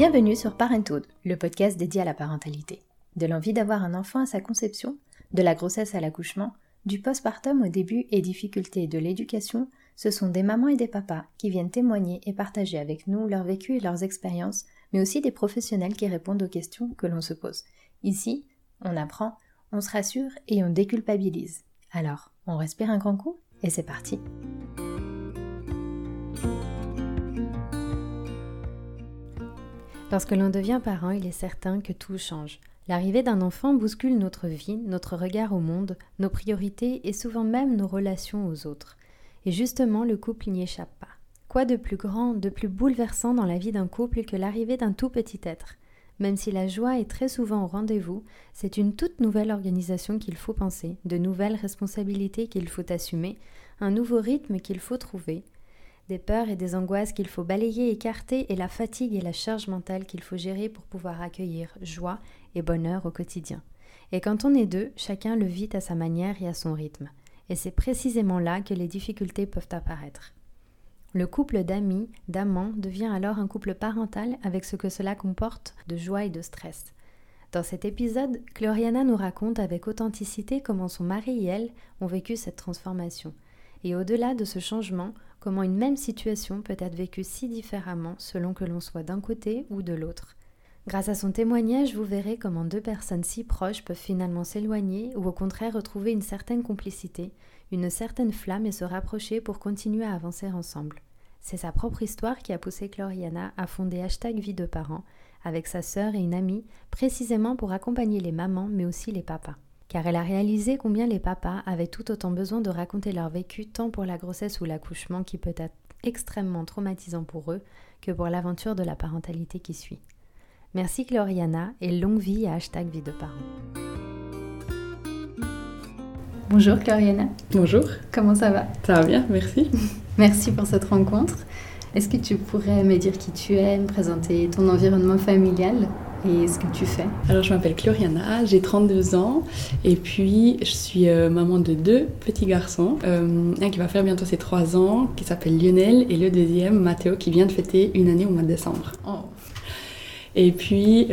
Bienvenue sur Parenthood, le podcast dédié à la parentalité. De l'envie d'avoir un enfant à sa conception, de la grossesse à l'accouchement, du postpartum au début et difficultés de l'éducation, ce sont des mamans et des papas qui viennent témoigner et partager avec nous leur vécu et leurs expériences, mais aussi des professionnels qui répondent aux questions que l'on se pose. Ici, on apprend, on se rassure et on déculpabilise. Alors, on respire un grand coup et c'est parti. Lorsque l'on devient parent, il est certain que tout change. L'arrivée d'un enfant bouscule notre vie, notre regard au monde, nos priorités et souvent même nos relations aux autres. Et justement, le couple n'y échappe pas. Quoi de plus grand, de plus bouleversant dans la vie d'un couple que l'arrivée d'un tout petit être ? Même si la joie est très souvent au rendez-vous, c'est une toute nouvelle organisation qu'il faut penser, de nouvelles responsabilités qu'il faut assumer, un nouveau rythme qu'il faut trouver, des peurs et des angoisses qu'il faut balayer, écarter et la fatigue et la charge mentale qu'il faut gérer pour pouvoir accueillir joie et bonheur au quotidien. Et quand on est deux, chacun le vit à sa manière et à son rythme. Et c'est précisément là que les difficultés peuvent apparaître. Le couple d'amis, d'amants devient alors un couple parental avec ce que cela comporte de joie et de stress. Dans cet épisode, Gloriana nous raconte avec authenticité comment son mari et elle ont vécu cette transformation. Et au-delà de ce changement, comment une même situation peut être vécue si différemment selon que l'on soit d'un côté ou de l'autre. Grâce à son témoignage, vous verrez comment deux personnes si proches peuvent finalement s'éloigner ou au contraire retrouver une certaine complicité, une certaine flamme et se rapprocher pour continuer à avancer ensemble. C'est sa propre histoire qui a poussé Gloriana à fonder #Vie de parents avec sa sœur et une amie, précisément pour accompagner les mamans mais aussi les papas. Car elle a réalisé combien les papas avaient tout autant besoin de raconter leur vécu tant pour la grossesse ou l'accouchement qui peut être extrêmement traumatisant pour eux que pour l'aventure de la parentalité qui suit. Merci Gloriana et longue vie à #Vie de parents. Bonjour Gloriana. Bonjour. Comment ça va ? Ça va bien, merci. Merci pour cette rencontre. Est-ce que tu pourrais me dire qui tu es, me présenter ton environnement familial et ce que tu fais ? Alors je m'appelle Gloriana, j'ai 32 ans et puis je suis maman de 2 petits garçons. Un qui va faire bientôt ses 3 ans, qui s'appelle Lionel, et le deuxième, Mathéo, qui vient de fêter 1 année au mois de décembre. Oh. Et puis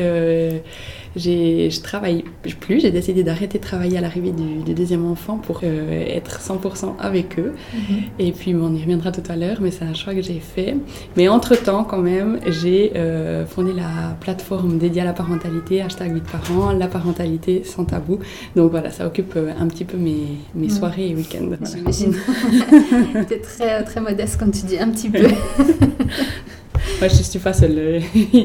je travaille plus, j'ai décidé d'arrêter de travailler à l'arrivée du deuxième enfant pour être 100% avec eux. Et puis on y reviendra tout à l'heure, mais c'est un choix que j'ai fait. Mais entre-temps quand même, j'ai fondé la plateforme dédiée à la parentalité, #Vie de parents, la parentalité sans tabou. Donc voilà, ça occupe un petit peu mes soirées et week-ends. Voilà. J'imagine. T'es très, très modeste quand tu dis un petit peu. Ouais, je suis pas seule.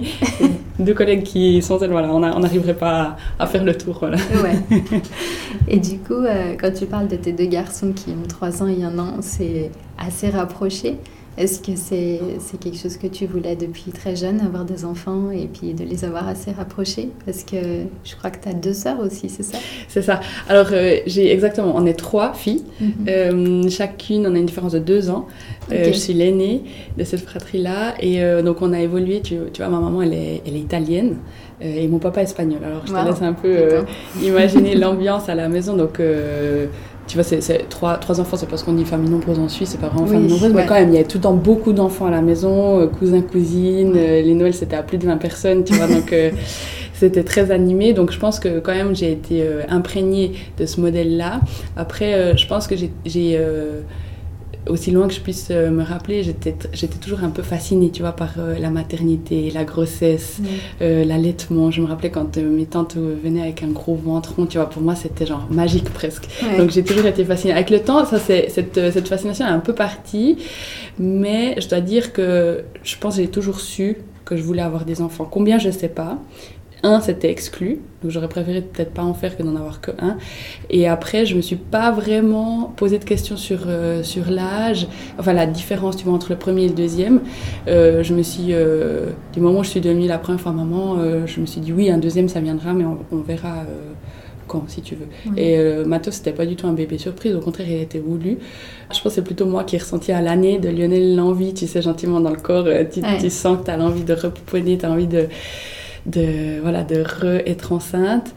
2 collègues qui sont seuls, voilà, on n'arriverait pas à faire le tour, voilà. Ouais. Et du coup, quand tu parles de tes 2 garçons qui ont 3 ans et 1 an, c'est assez rapproché. Est-ce que c'est quelque chose que tu voulais depuis très jeune, avoir des enfants et puis de les avoir assez rapprochés ? Parce que je crois que tu as 2 sœurs aussi, c'est ça ? C'est ça. Alors, on est 3 filles. Chacune, on a une différence de 2 ans. Okay. Je suis l'aînée de cette fratrie-là. Et donc, on a évolué. Tu vois, ma maman, elle est italienne et mon papa est espagnol. Alors, je te laisse un peu imaginer l'ambiance à la maison. Donc... tu vois, c'est 3 enfants, c'est parce qu'on dit famille nombreuse en Suisse, c'est pas vraiment famille nombreuse, mais quand même, il y a tout le temps beaucoup d'enfants à la maison, cousins, cousines, les Noëls, c'était à plus de 20 personnes, tu vois, donc c'était très animé. Donc je pense que quand même, j'ai été imprégnée de ce modèle-là. Après, je pense que j'ai aussi loin que je puisse me rappeler, j'étais toujours un peu fascinée, tu vois, par la maternité, la grossesse, l'allaitement. Je me rappelais quand mes tantes venaient avec un gros ventre rond, tu vois, pour moi c'était genre magique presque. Ouais. Donc j'ai toujours été fascinée. Avec le temps, cette fascination est un peu partie, mais je dois dire que je pense que j'ai toujours su que je voulais avoir des enfants. Combien, je sais pas. 1, c'était exclu, donc j'aurais préféré peut-être pas en faire que d'en avoir que 1. Et après, je me suis pas vraiment posé de questions sur l'âge, enfin la différence, tu vois, entre le premier et le deuxième. Je me suis, du moment où je suis devenue la première fois maman, je me suis dit oui, un deuxième ça viendra, mais on verra quand, si tu veux. Oui. Et Mathéo, c'était pas du tout un bébé surprise, au contraire, il était voulu. Je pense que c'est plutôt moi qui ai ressenti à l'année de Lionel l'envie, tu sais, gentiment dans le corps, tu sens que t'as l'envie de repouponner, t'as envie de re-être enceinte.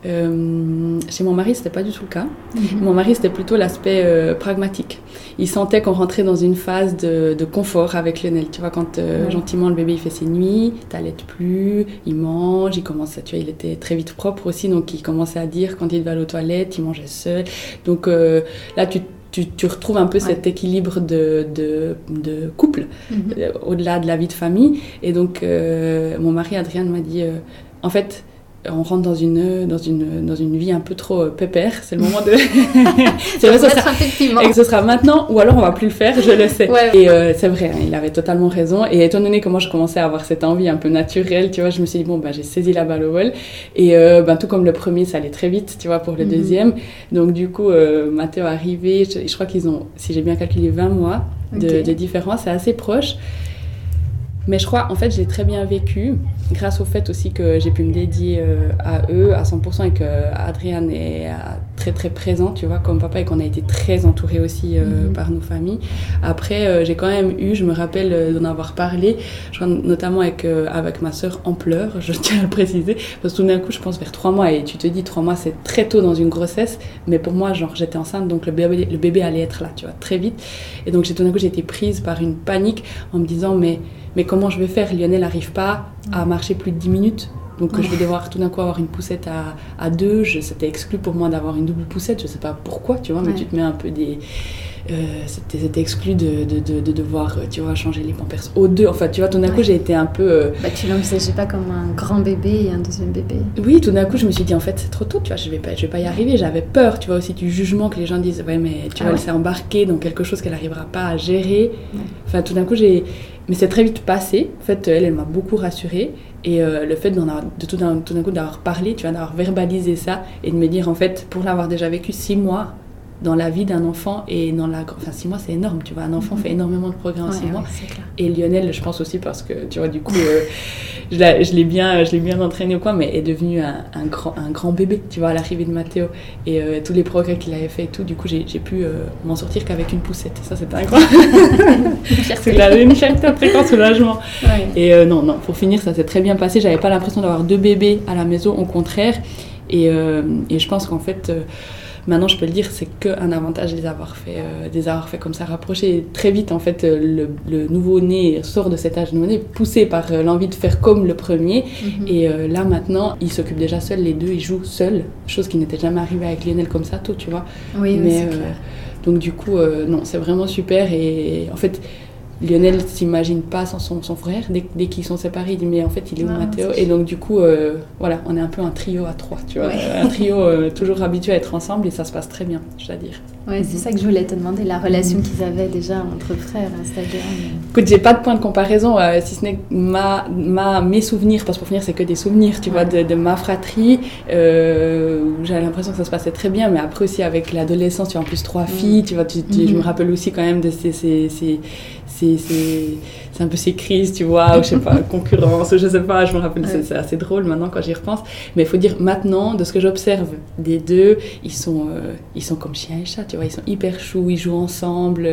Chez mon mari, c'était pas du tout le cas. Mon mari, c'était plutôt l'aspect pragmatique. Il sentait qu'on rentrait dans une phase de confort avec Lionel. Tu vois, quand gentiment le bébé il fait ses nuits, t'allaites plus, il mange, il commence à, tu vois, il était très vite propre aussi, donc il commençait à dire quand il devait aller aux toilettes, il mangeait seul. Donc là, tu retrouves un peu cet équilibre de couple, au-delà de la vie de famille. Et donc, mon mari, Adrien, m'a dit, en fait, on rentre dans une vie un peu trop pépère, c'est le moment de... ce sera maintenant, ou alors on va plus le faire, je le sais. Ouais. Et c'est vrai, hein, il avait totalement raison. Et étant donné que moi je commençais à avoir cette envie un peu naturelle, tu vois, je me suis dit, bon, j'ai saisi la balle au vol. Et tout comme le premier, ça allait très vite, tu vois, pour le deuxième. Donc du coup, Mathéo est arrivé, je crois qu'ils ont, si j'ai bien calculé, 20 mois de différence, c'est assez proche. Mais je crois, en fait, je l'ai très bien vécu, grâce au fait aussi que j'ai pu me dédier à eux à 100% et qu'Adrien est très très présent, tu vois, comme papa, et qu'on a été très entourés aussi par nos familles. Après, j'ai quand même eu, je me rappelle d'en avoir parlé, je crois, notamment avec ma sœur en pleurs, je tiens à le préciser, parce que tout d'un coup, je pense vers 3 mois, et tu te dis 3 mois, c'est très tôt dans une grossesse, mais pour moi, genre, j'étais enceinte, donc le bébé allait être là, tu vois, très vite. Et donc, tout d'un coup, j'ai été prise par une panique en me disant, mais comment je vais faire? Lionel n'arrive pas à marcher plus de 10 minutes. Donc je vais devoir tout d'un coup avoir une poussette à 2. C'était exclu pour moi d'avoir une double poussette. Je ne sais pas pourquoi, tu vois, mais tu te mets un peu des... c'était exclu de devoir, tu vois, changer les pampers aux 2. Enfin, tu vois, tout d'un coup, j'ai été un peu... tu l'envisageais pas comme un grand bébé et un deuxième bébé. Oui, tout d'un coup, je me suis dit, en fait, c'est trop tôt, tu vois, je vais pas y arriver. J'avais peur, tu vois, aussi du jugement que les gens disent, ouais, mais tu vois, elle s'est embarquée dans quelque chose qu'elle n'arrivera pas à gérer. Ouais. Enfin, tout d'un coup, mais c'est très vite passé. En fait, elle m'a beaucoup rassurée. Et le fait tout d'un coup d'avoir parlé, tu vois, d'avoir verbalisé ça et de me dire, en fait, pour l'avoir déjà vécu 6 mois dans la vie d'un enfant, et enfin 6 mois, c'est énorme, tu vois, un enfant fait énormément de progrès en 6 mois. Et Lionel, je pense aussi parce que, tu vois, du coup, je l'ai bien entraîné ou quoi, mais est devenu un grand bébé, tu vois, à l'arrivée de Mathéo. Et tous les progrès qu'il avait fait et tout, du coup, j'ai pu m'en sortir qu'avec une poussette. Ça, c'était incroyable. Une fierté, un très grand soulagement. Ouais. Et non, pour finir, ça s'est très bien passé. J'avais pas l'impression d'avoir 2 bébés à la maison, au contraire. Et je pense qu'en fait... maintenant, je peux le dire, c'est qu'un avantage de les avoir fait comme ça, rapprochés. Et très vite, en fait, le nouveau-né sort de cet âge nouveau-né, poussé par l'envie de faire comme le premier. Et là, maintenant, ils s'occupent déjà seuls, les deux, ils jouent seuls, chose qui n'était jamais arrivée avec Lionel comme ça, tôt, tu vois. Oui, c'est clair. Donc, du coup, non, c'est vraiment super. Et en fait... Lionel ne s'imagine pas sans son frère. Dès qu'ils sont séparés, il dit mais en fait il est où Mathéo? Et donc du coup, voilà, on est un peu un trio à 3, tu vois. Un trio toujours habitué à être ensemble et ça se passe très bien, je dois dire. Ouais, c'est ça que je voulais te demander, la relation qu'ils avaient déjà entre frères à cet âge-là. Écoute, j'ai pas de point de comparaison, si ce n'est mes souvenirs, parce que pour finir, c'est que des souvenirs, tu vois, de ma fratrie. J'avais l'impression que ça se passait très bien, mais après aussi avec l'adolescence, tu as en plus 3 filles, tu vois, je me rappelle aussi quand même de c'est un peu ces crises, tu vois, ou je sais pas, concurrence, je sais pas, je me rappelle, c'est assez drôle maintenant quand j'y repense. Mais il faut dire, maintenant, de ce que j'observe des deux, ils sont comme chien et chat, tu vois, ils sont hyper choux, ils jouent ensemble,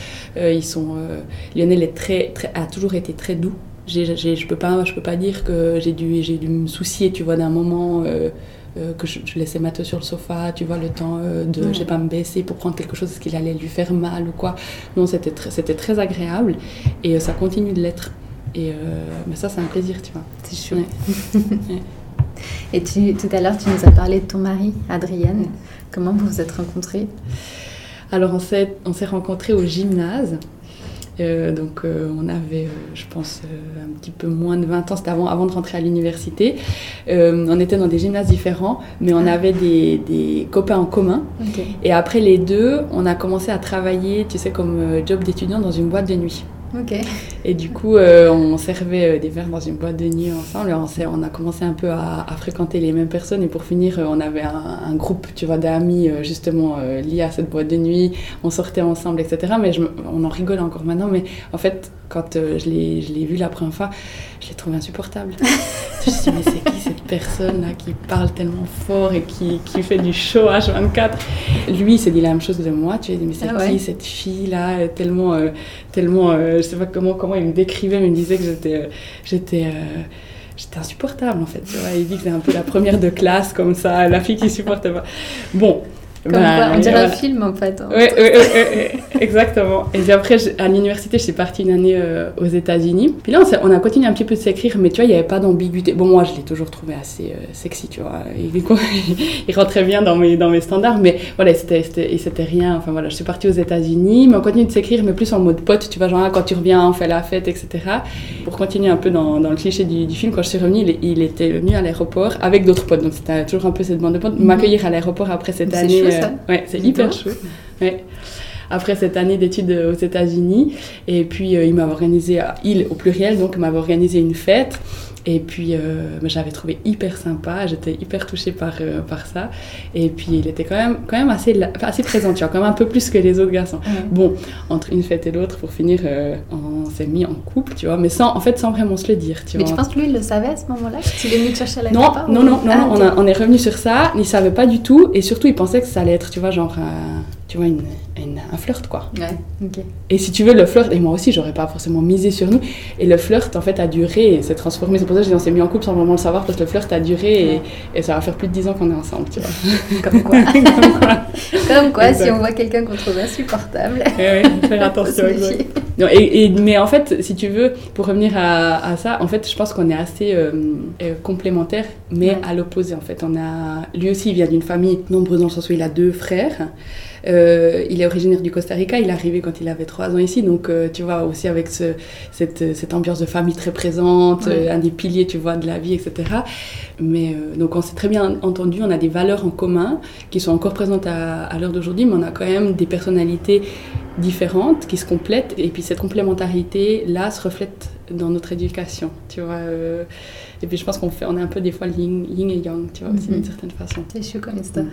Lionel a toujours été très doux. Je peux pas dire que j'ai dû me soucier, tu vois, d'un moment... que je laissais Mathéo sur le sofa, tu vois, le temps de je sais pas me baisser pour prendre quelque chose parce qu'il allait lui faire mal ou quoi. Non, c'était très agréable et ça continue de l'être. Et mais ça, c'est un plaisir, tu vois. C'est chouette. Ouais. Et tout à l'heure, tu nous as parlé de ton mari, Adrienne. Comment vous vous êtes rencontrés? Alors, on s'est rencontrés au gymnase. On avait, je pense, un petit peu moins de 20 ans, c'était avant de rentrer à l'université. On était dans des gymnases différents, mais on avait des copains en commun. Okay. Et après les deux, on a commencé à travailler, tu sais, comme job d'étudiant dans une boîte de nuit. Okay. Et du coup, on servait des verres dans une boîte de nuit ensemble. On a commencé un peu à fréquenter les mêmes personnes. Et pour finir, on avait un groupe, tu vois, d'amis justement liés à cette boîte de nuit. On sortait ensemble, etc. Mais on en rigole encore maintenant. Mais en fait, quand je l'ai vu la première fois, je l'ai trouvé insupportable. Je me suis dit, mais c'est qui cette personne-là qui parle tellement fort et qui fait du show H24? Lui, il s'est dit la même chose de moi. Tu vois, mais c'est qui cette fille-là, tellement je sais pas comment il me décrivait, mais il me disait que j'étais insupportable en fait, tu vois. Il dit que c'est un peu la première de classe comme ça, la fille qui supporte pas. Bon. Comme quoi, on dirait un film en fait. Oui, exactement. Et puis après, à l'université, je suis partie une année aux États-Unis. Puis là, on a continué un petit peu de s'écrire, mais tu vois, il n'y avait pas d'ambiguïté. Bon, moi, je l'ai toujours trouvé assez sexy, tu vois. Il rentrait bien dans mes standards, mais voilà, c'était rien. Enfin voilà, je suis partie aux États-Unis, mais on continue de s'écrire, mais plus en mode pote, tu vois, genre quand tu reviens, on fait la fête, etc. Pour continuer un peu dans le cliché du film, quand je suis revenue, il était venu à l'aéroport avec d'autres potes. Donc c'était toujours un peu cette bande de potes, m'accueillir à l'aéroport après cette année. Ouais, c'est hyper chou. Ouais. Après cette année d'études aux États-Unis, et puis il m'avait organisé, il au pluriel, donc m'avait organisé une fête. Et puis, j'avais trouvé hyper sympa, j'étais hyper touchée par ça. Et puis, il était quand même assez présent, tu vois, quand même un peu plus que les autres garçons. Bon, entre une fête et l'autre, pour finir, on s'est mis en couple, tu vois, mais sans vraiment se le dire, tu vois. Mais tu penses que lui, il le savait à ce moment-là, qu'il est venu te chercher à l'aéroport? Non, on est revenu sur ça, il ne savait pas du tout, et surtout, il pensait que ça allait être, tu vois, genre... tu vois, un flirt, quoi. Ouais, ok. Et si tu veux, le flirt, et moi aussi, j'aurais pas forcément misé sur nous, et le flirt, en fait, a duré et s'est transformé. C'est pour ça que je dis, on s'est mis en couple sans vraiment le savoir, parce que le flirt a duré et ça va faire plus de 10 ans qu'on est ensemble, tu vois. Comme quoi. Comme quoi, si on voit quelqu'un qu'on trouve insupportable. Oui, faire attention. Non, mais en fait, si tu veux, pour revenir à ça, en fait, je pense qu'on est assez complémentaires, mais à l'opposé, en fait. Lui aussi, il vient d'une famille nombreuse dans le sens où il a 2 frères. Il est originaire du Costa Rica, il est arrivé quand il avait 3 ans ici, donc tu vois, aussi avec cette ambiance de famille très présente, un des piliers, tu vois, de la vie, etc. Mais donc on s'est très bien entendu, on a des valeurs en commun qui sont encore présentes à l'heure d'aujourd'hui, mais on a quand même des personnalités différentes qui se complètent, et puis cette complémentarité-là se reflète dans notre éducation, tu vois. Et puis je pense on est un peu des fois yin et yang, tu vois, aussi d'une certaine façon. C'est chou comme histoire.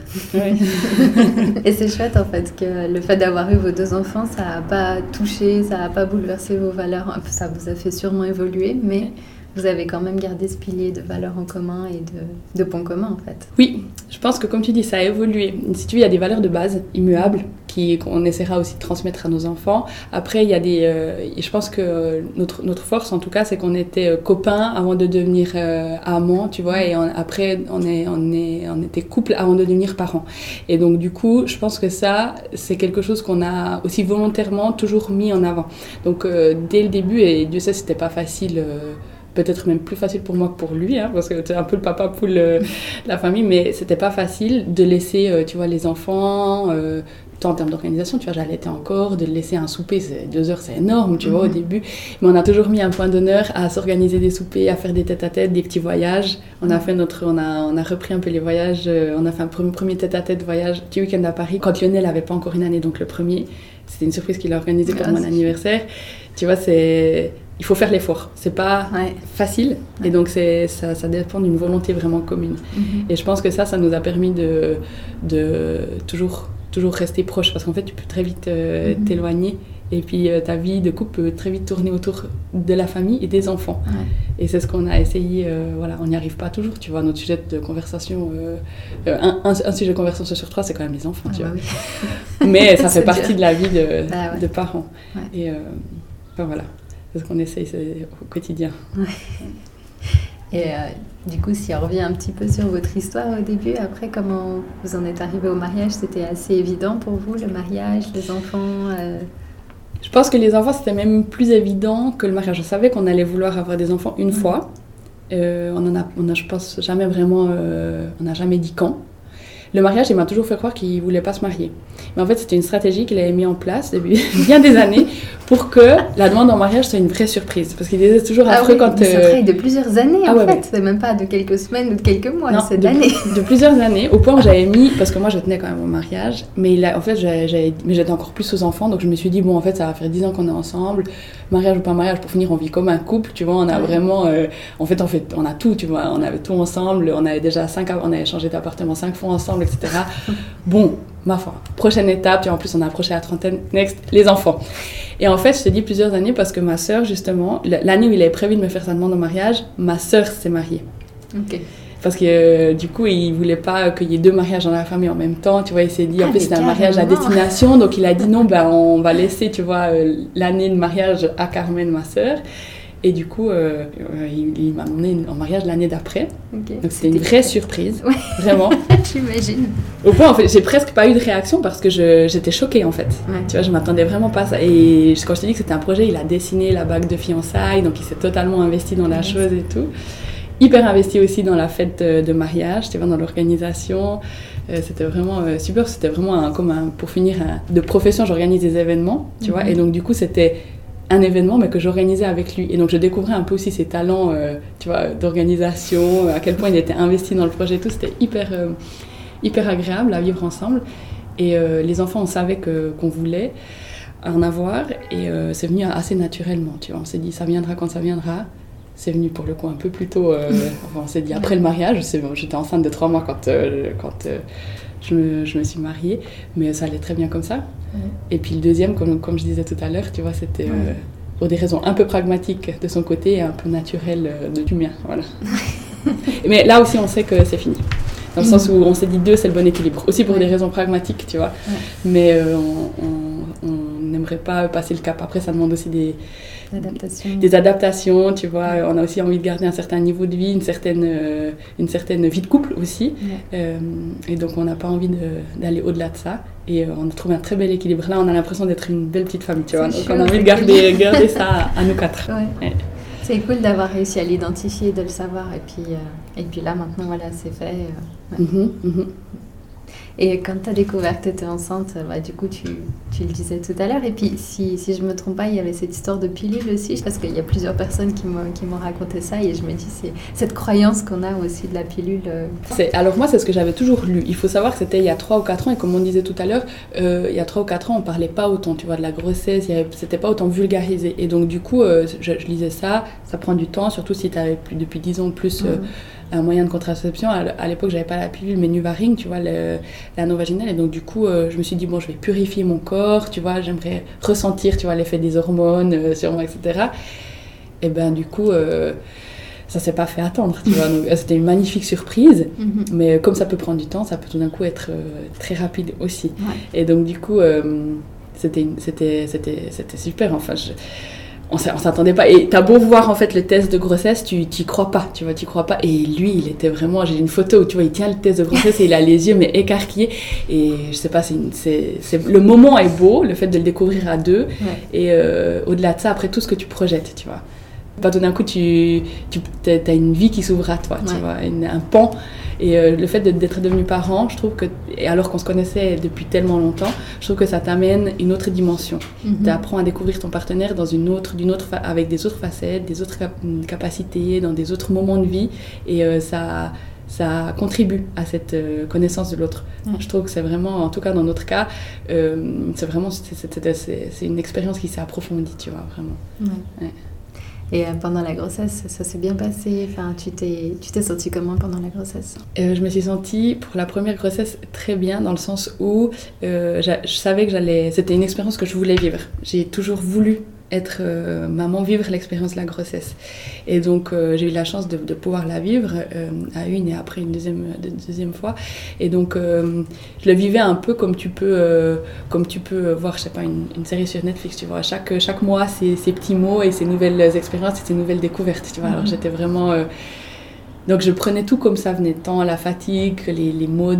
Et c'est chouette en fait que le fait d'avoir eu vos 2 enfants, ça n'a pas touché, ça n'a pas bouleversé vos valeurs. Ça vous a fait sûrement évoluer, mais vous avez quand même gardé ce pilier de valeurs en commun et de points communs en fait. Oui, je pense que comme tu dis, ça a évolué. Si tu veux, il y a des valeurs de base immuables qu'on essaiera aussi de transmettre à nos enfants. Après, il y a je pense que notre force, en tout cas, c'est qu'on était copains avant de devenir amants, tu vois, et après, on était couple avant de devenir parents. Et donc, du coup, je pense que ça, c'est quelque chose qu'on a aussi volontairement toujours mis en avant. Donc, dès le début, et Dieu sait, c'était pas facile... peut-être même plus facile pour moi que pour lui, hein, parce que c'est un peu le papa poule de la famille, mais c'était pas facile de laisser, tu vois, les enfants, tant en termes d'organisation, tu vois, j'allaitais encore, de laisser un souper, 2 heures, c'est énorme, tu vois, au début, mais on a toujours mis un point d'honneur à s'organiser des soupers, à faire des tête-à-tête, des petits voyages. On a repris un peu les voyages, on a fait un premier tête-à-tête voyage, petit week-end à Paris, quand Lionel n'avait pas encore une année, donc le premier, c'était une surprise qu'il a organisée pour mon anniversaire. Tu vois, il faut faire l'effort. C'est pas facile. Et donc, ça dépend d'une volonté vraiment commune. Et je pense que ça nous a permis de toujours rester proche. Parce qu'en fait, tu peux très vite t'éloigner. Et puis, ta vie de couple peut très vite tourner autour de la famille et des enfants. Et c'est ce qu'on a essayé. Voilà, on n'y arrive pas toujours. Tu vois, notre sujet de conversation... un sujet de conversation sur 3, c'est quand même les enfants. Tu vois. Oui. Mais ça fait partie de la vie de parents. Et enfin, voilà. C'est ce qu'on essaye au quotidien. Et du coup, si on revient un petit peu sur votre histoire au début, après, comment vous en êtes arrivé au mariage? C'était assez évident pour vous, le mariage, les enfants Je pense que les enfants, c'était même plus évident que le mariage. Je savais qu'on allait vouloir avoir des enfants une fois. Je pense, jamais vraiment... on n'a jamais dit quand. Le mariage, il m'a toujours fait croire qu'il ne voulait pas se marier. Mais en fait, c'était une stratégie qu'il avait mis en place depuis bien des années pour que la demande en mariage soit une vraie surprise. Parce qu'il disait toujours affreux quand... C'est un travail de plusieurs années, en fait. C'est même pas de quelques semaines ou de quelques mois, c'est d'années. De plusieurs années, au point où j'avais mis... Parce que moi, je tenais quand même au mariage. Mais en fait, j'étais encore plus aux enfants. Donc, je me suis dit, bon, en fait, ça va faire 10 ans qu'on est ensemble. Mariage ou pas mariage, pour finir, on vit comme un couple, tu vois. On a vraiment... En fait, on a tout, tu vois. On avait tout ensemble. On avait déjà on avait changé d'appartement 5 fois ensemble, etc. Bon, ma foi, prochaine étape, tu vois, en plus on a approché la trentaine, next, les enfants. Et en fait, je te dis plusieurs années parce que ma sœur, justement, l'année où il avait prévu de me faire sa demande en mariage, ma sœur s'est mariée. Ok. Parce que du coup, il voulait pas qu'il y ait 2 mariages dans la famille en même temps, tu vois, il s'est dit, en plus c'est un mariage à destination, donc il a dit non, on va laisser, tu vois, l'année de mariage à Carmen, ma sœur. Et du coup, il m'a emmené en mariage l'année d'après. Okay. Donc c'était une vraie surprise, ouais. Vraiment. J'imagine. Au point, en fait, j'ai presque pas eu de réaction parce que j'étais choquée en fait. Ouais. Tu vois, je m'attendais vraiment pas à ça. Et quand je te dis que c'était un projet, il a dessiné la bague de fiançailles, donc il s'est totalement investi dans la chose et tout. Hyper investi aussi dans la fête de mariage, tu vois, dans l'organisation. C'était vraiment super. C'était vraiment pour finir de profession, j'organise des événements, tu vois. Et donc du coup, c'était un événement mais que j'organisais avec lui. Et donc je découvrais un peu aussi ses talents, tu vois, d'organisation, à quel point il était investi dans le projet et tout. C'était hyper agréable à vivre ensemble. Et les enfants, on savait qu'on voulait en avoir. Et c'est venu assez naturellement, tu vois. On s'est dit, ça viendra quand ça viendra. C'est venu pour le coup un peu plus tôt. On s'est dit après le mariage. J'étais enceinte de 3 mois quand je me suis mariée. Mais ça allait très bien comme ça. Et puis le deuxième, comme je disais tout à l'heure, tu vois, c'était pour des raisons un peu pragmatiques de son côté et un peu naturelles du mien. Voilà. Mais là aussi, on sait que c'est fini. Dans le sens où on s'est dit 2, c'est le bon équilibre. Aussi pour des raisons pragmatiques, tu vois. Mais on n'aimerait pas passer le cap. Après, ça demande aussi des adaptations, tu vois. On a aussi envie de garder un certain niveau de vie, une certaine vie de couple aussi. Et donc, on n'a pas envie d'aller au-delà de ça. Et on a trouvé un très bel équilibre. Là, on a l'impression d'être une belle petite famille, tu vois. Donc, on a envie de garder ça à nous 4. Ouais. C'est cool d'avoir réussi à l'identifier, de le savoir. Et puis là, maintenant, voilà, c'est fait. Et quand tu as découvert que tu étais enceinte, du coup, tu le disais tout à l'heure. Et puis, si je ne me trompe pas, il y avait cette histoire de pilule aussi. Parce qu'il y a plusieurs personnes qui m'ont raconté ça. Et je me dis, c'est cette croyance qu'on a aussi de la pilule. Alors moi, c'est ce que j'avais toujours lu. Il faut savoir que c'était il y a 3 ou 4 ans. Et comme on disait tout à l'heure, il y a 3 ou 4 ans, on ne parlait pas autant, tu vois, de la grossesse. C'était pas autant vulgarisé. Et donc, du coup, je lisais ça. Ça prend du temps, surtout si tu avais depuis 10 ans de plus... un moyen de contraception. À l'époque, j'avais pas la pilule, mais Nuvaring, tu vois, l'anneau vaginal. Et donc, du coup, je me suis dit, bon, je vais purifier mon corps, tu vois, j'aimerais ressentir, tu vois, l'effet des hormones sur moi, etc. Et ben, du coup, ça s'est pas fait attendre, tu vois. Donc, c'était une magnifique surprise, mais comme ça peut prendre du temps, ça peut tout d'un coup être très rapide aussi. Ouais. Et donc, du coup, c'était super. Enfin, on s'attendait pas. Et t'as beau voir en fait le test de grossesse, t'y crois pas, tu vois, t'y crois pas. Et lui, il était vraiment... J'ai une photo où tu vois, il tient le test de grossesse et il a les yeux mais écarquillés. Et je sais pas, le moment est beau, le fait de le découvrir à 2. Ouais. Et au-delà de ça, après tout ce que tu projettes, tu vois. Pas tout d'un coup, t'as une vie qui s'ouvre à toi, tu vois, un pan. Et le fait d'être devenu parent, je trouve que, et alors qu'on se connaissait depuis tellement longtemps, je trouve que ça t'amène une autre dimension. Tu apprends à découvrir ton partenaire dans avec des autres facettes, des autres capacités, dans des autres moments de vie. Et ça contribue à cette connaissance de l'autre. Je trouve que c'est vraiment, en tout cas dans notre cas, c'est une expérience qui s'est approfondie, tu vois, vraiment. Ouais. Et pendant la grossesse, ça s'est bien passé? Enfin, tu t'es sentie comment pendant la grossesse? Je me suis sentie, pour la première grossesse, très bien, dans le sens où je savais que c'était une expérience que je voulais vivre. J'ai toujours voulu être maman, vivre l'expérience de la grossesse. Et donc, j'ai eu la chance de pouvoir la vivre à une et après une deuxième fois. Et donc, je le vivais un peu comme tu peux voir, je sais pas, une série sur Netflix, tu vois. Chaque mois, ces petits mots et ces nouvelles expériences et ces nouvelles découvertes, tu vois. Alors, j'étais vraiment... Donc je prenais tout comme ça venait, tant la fatigue, les maux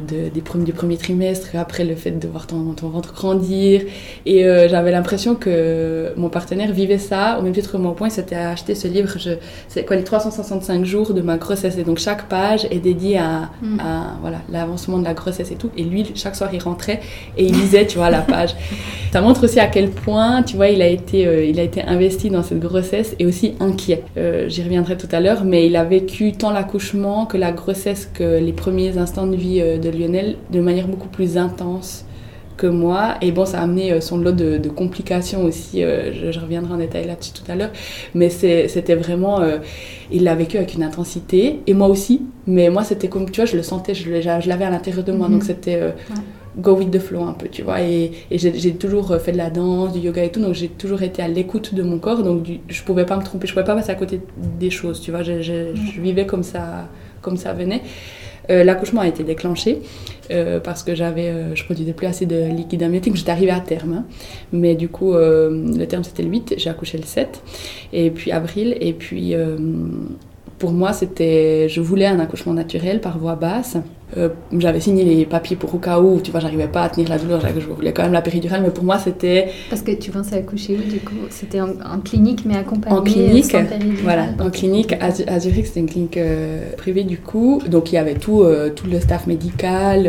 du premier trimestre, après le fait de voir ton ventre grandir. Et j'avais l'impression que mon partenaire vivait ça, au même titre que mon point, il s'était acheté ce livre, c'est quoi, les 365 jours de ma grossesse. Et donc chaque page est dédiée à voilà, l'avancement de la grossesse et tout. Et lui, chaque soir, il rentrait et il lisait, tu vois, la page. Ça montre aussi à quel point, tu vois, il a été investi dans cette grossesse et aussi inquiet. J'y reviendrai tout à l'heure, mais il a vécu tant l'accouchement que la grossesse, que les premiers instants de vie de Lionel de manière beaucoup plus intense que moi. Et bon, ça a amené son lot de complications aussi. Je reviendrai en détail là-dessus tout à l'heure. Mais c'était vraiment... il l'a vécu avec une intensité. Et moi aussi. Mais moi, c'était comme, tu vois, je le sentais, je l'avais à l'intérieur de moi. Donc c'était... go with the flow un peu, tu vois. Et j'ai toujours fait de la danse, du yoga et tout, donc j'ai toujours été à l'écoute de mon corps, donc je pouvais pas me tromper, je pouvais pas passer à côté des choses, tu vois. Je vivais comme ça venait. L'accouchement a été déclenché parce que je produisais plus assez de liquide amniotique. J'étais arrivée à terme, hein. Mais du coup, le terme c'était le 8, j'ai accouché le 7, et puis avril, et puis pour moi, je voulais un accouchement naturel par voie basse. J'avais signé les papiers pour au cas où, tu vois, j'arrivais pas à tenir la douleur, je voulais quand même la péridurale, mais pour moi, c'était... Parce que tu pensais accoucher où, du coup? C'était en clinique, mais accompagné en clinique, sans péridurale. Voilà, en clinique, à Zurich, c'était une clinique privée, du coup, donc il y avait tout le staff médical,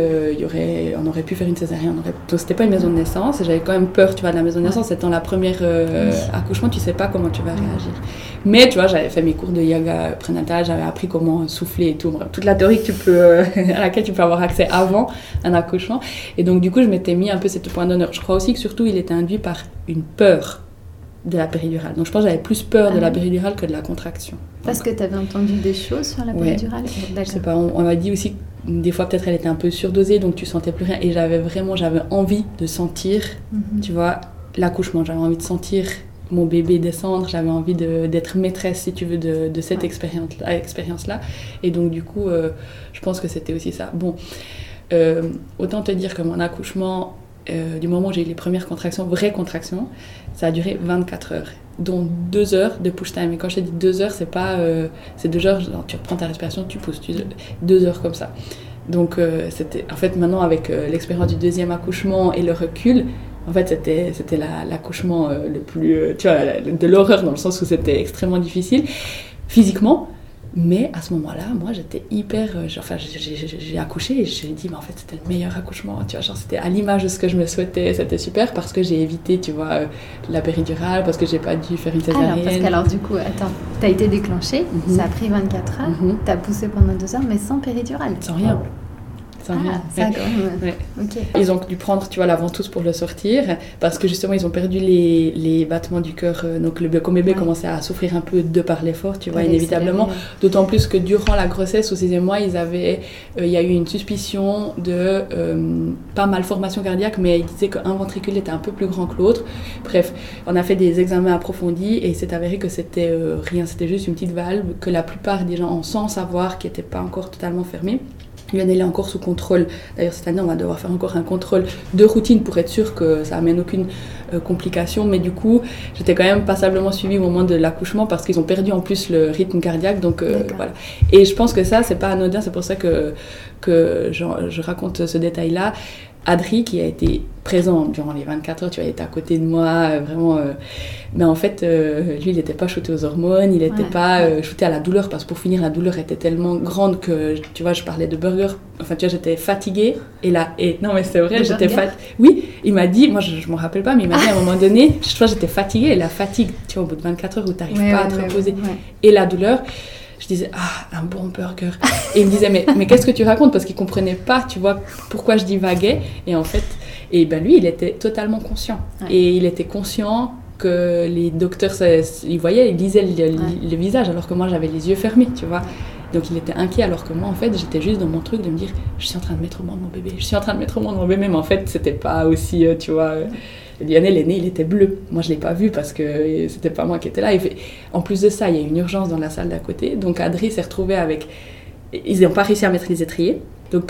on aurait pu faire une césarienne, donc c'était pas une maison de naissance, j'avais quand même peur, tu vois, de la maison de naissance, étant la première accouchement, tu sais pas comment tu vas réagir. Mais, tu vois, j'avais fait mes cours de yoga prénatal, j'avais appris comment souffler et tout, bref, toute la théorie que tu peux... à laquelle tu peux avoir accès avant un accouchement. Et donc, du coup, je m'étais mis un peu cet point d'honneur. Je crois aussi que surtout, il était induit par une peur de la péridurale. Donc, je pense que j'avais plus peur de la péridurale que de la contraction. Parce que tu avais entendu des choses sur la péridurale? Je sais pas, on m'a dit aussi que des fois, peut-être, elle était un peu surdosée, donc tu sentais plus rien. Et j'avais envie de sentir, tu vois, l'accouchement. J'avais envie de sentir mon bébé descendre, j'avais envie d'être maîtresse, si tu veux, de cette expérience-là. Et donc, du coup, je pense que c'était aussi ça. Bon, autant te dire que mon accouchement, du moment où j'ai eu les premières contractions, vraies contractions, ça a duré 24 heures, dont 2 heures de push time. Et quand je te dis 2 heures, c'est pas... c'est 2 heures, genre, tu reprends ta respiration, tu pousses, 2 heures comme ça. Donc, c'était... En fait, maintenant, avec l'expérience du deuxième accouchement et le recul... En fait, c'était l'accouchement le plus... tu vois, de l'horreur, dans le sens où c'était extrêmement difficile, physiquement. Mais à ce moment-là, moi, j'étais hyper... j'ai accouché et j'ai dit, mais en fait, c'était le meilleur accouchement. Tu vois, genre, c'était à l'image de ce que je me souhaitais. C'était super parce que j'ai évité, tu vois, la péridurale, parce que j'ai pas dû faire une césarienne. Alors, du coup, attends, t'as été déclenchée, ça a pris 24 heures, t'as poussé pendant 2 heures, mais sans péridurale. Sans rien. Ça quand même. Ouais. Okay. Ils ont dû prendre, tu vois, la ventouse pour le sortir parce que justement ils ont perdu les battements du cœur, donc le bébé commençait à souffrir un peu de par l'effort, tu vois, inévitablement. D'autant plus que durant la grossesse, au 6e mois, il y a eu une suspicion de pas malformation cardiaque, mais ils disaient qu'un ventricule était un peu plus grand que l'autre. Bref, on a fait des examens approfondis et il s'est avéré que c'était rien, c'était juste une petite valve que la plupart des gens ont sans savoir qui n'était pas encore totalement fermée. Lionel est encore sous contrôle. D'ailleurs, cette année, on va devoir faire encore un contrôle de routine pour être sûr que ça amène aucune complication. Mais du coup, j'étais quand même passablement suivie au moment de l'accouchement parce qu'ils ont perdu en plus le rythme cardiaque. Donc, voilà. Et je pense que ça, c'est pas anodin. C'est pour ça que je raconte ce détail-là. Adri, qui a été présent durant les 24 heures, tu vois, il était à côté de moi, vraiment. Mais en fait, lui, il n'était pas shooté aux hormones, il n'était pas shooté à la douleur, parce que pour finir, la douleur était tellement grande que, tu vois, je parlais de burger. Enfin, tu vois, j'étais fatiguée. Non, mais c'est vrai, j'étais fatiguée. Oui, il m'a dit, moi, je ne m'en rappelle pas, mais il m'a dit à un moment donné, je crois que j'étais fatiguée, et la fatigue, tu vois, au bout de 24 heures où tu n'arrives pas à te reposer, et la douleur. Je disais, un bon burger. Et il me disait, mais qu'est-ce que tu racontes? Parce qu'il ne comprenait pas, tu vois, pourquoi je divaguais. Et en fait, lui, il était totalement conscient. Ouais. Et il était conscient que les docteurs, ils voyaient, ils lisaient le visage, alors que moi, j'avais les yeux fermés, tu vois. Donc, il était inquiet, alors que moi, en fait, j'étais juste dans mon truc de me dire, je suis en train de mettre au monde mon bébé. Je suis en train de mettre au monde mon bébé. Mais en fait, c'était pas aussi, tu vois... Lionel est né, il était bleu. Moi, je ne l'ai pas vu parce que c'était pas moi qui étais là. En plus de ça, il y a eu une urgence dans la salle d'à côté. Donc, Adri s'est retrouvé avec... Ils n'ont pas réussi à mettre les étriers. Donc,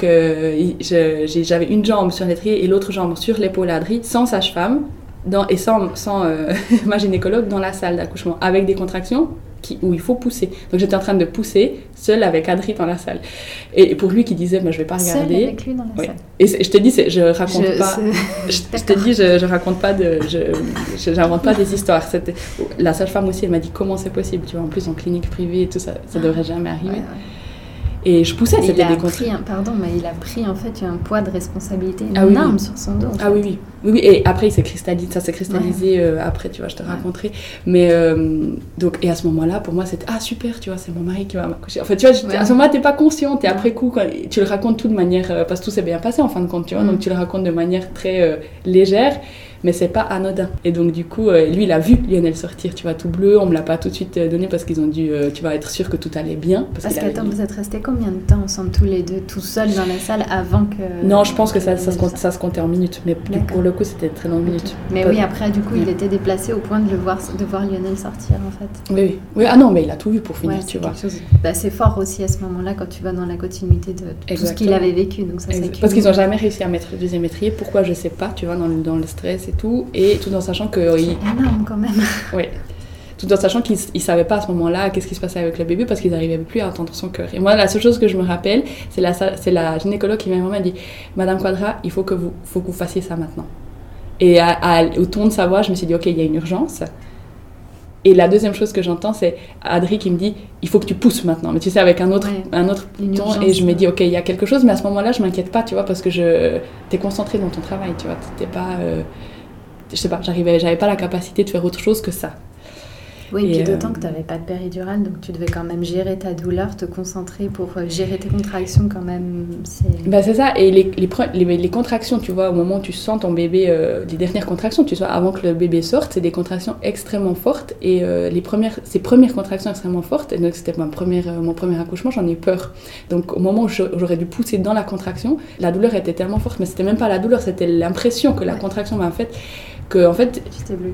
j'avais une jambe sur l'étrier et l'autre jambe sur l'épaule à Adri, sans sage-femme et sans ma gynécologue dans la salle d'accouchement, avec des contractions où il faut pousser. Donc, j'étais en train de pousser, seule avec Adri dans la salle. Et pour lui qui disait, je ne vais pas regarder... Seule avec lui dans la salle. Et je te dis, je raconte pas... Je te dis, je raconte pas j'invente pas des histoires. La sage-femme aussi, elle m'a dit comment c'est possible. Tu vois, en plus, en clinique privée et tout ça, ça devrait jamais arriver. Et je poussais, c'était des contractions. Mais il a pris en fait un poids de responsabilité énorme sur son dos. Oui. Et après, ça s'est cristallisé après, tu vois, je te raconterai. Mais donc, et à ce moment-là, pour moi, c'était super, tu vois, c'est mon mari qui va m'accoucher. En fait, tu vois, à ce moment-là, t'es pas conscient, t'es après coup, quoi, tu le racontes tout de manière, parce que tout s'est bien passé en fin de compte, tu vois, donc tu le racontes de manière très légère. mais c'est pas anodin. Et donc du coup, lui, il a vu Lionel sortir, tu vois, tout bleu. On me l'a pas tout de suite donné parce qu'ils ont dû, tu vas être sûr que tout allait bien. Parce qu'attends, vous êtes restés combien de temps ensemble tous les deux, tout seuls dans la salle avant que... Non, je pense que ça se comptait en minutes, mais pour le coup, c'était très longues minutes. Mais oui, après, du coup, il était déplacé au point de voir Lionel sortir, en fait. Oui. Ah non, mais il a tout vu pour finir, tu vois. C'est fort aussi à ce moment-là quand tu vas dans la continuité de tout ce qu'il avait vécu. Donc ça, parce qu'ils n'ont jamais réussi à mettre le deuxième étrier. Pourquoi, je sais pas, tu vois, dans le stress et tout en sachant que... C'est énorme quand même. Oui. Tout en sachant qu'ils ne savaient pas à ce moment-là qu'est-ce qui se passait avec le bébé parce qu'ils n'arrivaient plus à entendre son cœur. Et moi, la seule chose que je me rappelle, c'est la gynécologue qui m'a dit « Madame Quadra, il faut que vous fassiez ça maintenant. » Et au ton de sa voix, je me suis dit « Ok, il y a une urgence. » Et la deuxième chose que j'entends, c'est Adri qui me dit « Il faut que tu pousses maintenant. » Mais tu sais, avec un autre ton. Et je me dis « Ok, il y a quelque chose. » Mais à ce moment-là, je ne m'inquiète pas, tu vois, parce que t'es concentrée dans ton travail, tu vois. T'es pas... je sais pas, j'avais pas la capacité de faire autre chose que ça. Oui, et puis d'autant que tu n'avais pas de péridurale, donc tu devais quand même gérer ta douleur, te concentrer pour gérer tes contractions quand même. C'est ça, et les contractions, tu vois, au moment où tu sens ton bébé, les dernières contractions, tu vois, avant que le bébé sorte, c'est des contractions extrêmement fortes, et ces premières contractions extrêmement fortes, et donc c'était mon premier accouchement, j'en ai eu peur. Donc au moment où j'aurais dû pousser dans la contraction, la douleur était tellement forte, mais c'était même pas la douleur, c'était l'impression que la contraction m'a faite. Que en fait,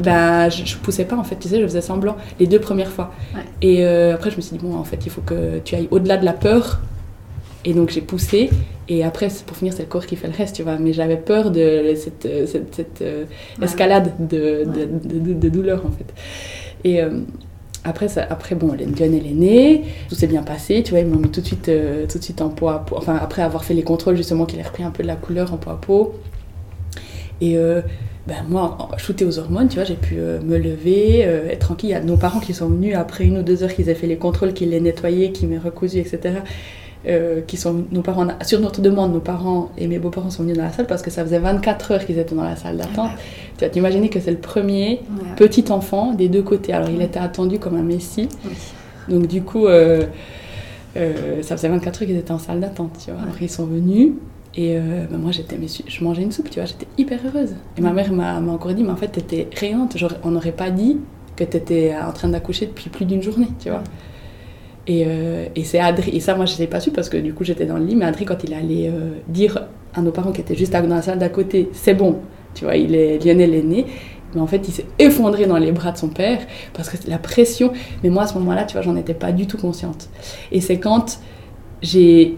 je poussais pas en fait, tu sais, je faisais semblant les 2 premières fois. Ouais. Et après, je me suis dit, bon, en fait, il faut que tu ailles au-delà de la peur. Et donc, j'ai poussé. Et après, pour finir, c'est le corps qui fait le reste, tu vois. Mais j'avais peur de cette escalade de douleur, en fait. Et après, bon, Lionel est né, tout s'est bien passé, tu vois, ils m'ont mis tout de suite en peau à peau. Enfin, après avoir fait les contrôles, justement, qu'il ait repris un peu de la couleur en peau à peau. Et moi, shootée aux hormones, tu vois, j'ai pu me lever, être tranquille. Il y a nos parents qui sont venus après 1 ou 2 heures qu'ils aient fait les contrôles, qu'ils l'aient nettoyé, qu'ils m'aient recousu, etc. Nos parents, sur notre demande, nos parents et mes beaux-parents sont venus dans la salle parce que ça faisait 24 heures qu'ils étaient dans la salle d'attente. Tu vas t'imaginer que c'est le premier petit enfant des 2 côtés. Alors, il était attendu comme un messie. Oui. Donc, du coup, ça faisait 24 heures qu'ils étaient en salle d'attente, tu vois. Alors, ils sont venus. Et moi, je mangeais une soupe, tu vois, j'étais hyper heureuse. Et ma mère m'a encore dit, mais en fait, t'étais rayante. On n'aurait pas dit que t'étais en train d'accoucher depuis plus d'1 journée, tu vois. Et c'est Adri, et ça, moi, je ne l'ai pas su parce que du coup, j'étais dans le lit, mais Adri, quand il allait dire à nos parents qui étaient juste dans la salle d'à côté, c'est bon, tu vois, Lionel est né. Mais en fait, il s'est effondré dans les bras de son père parce que la pression. Mais moi, à ce moment-là, tu vois, j'en étais pas du tout consciente. Et c'est quand j'ai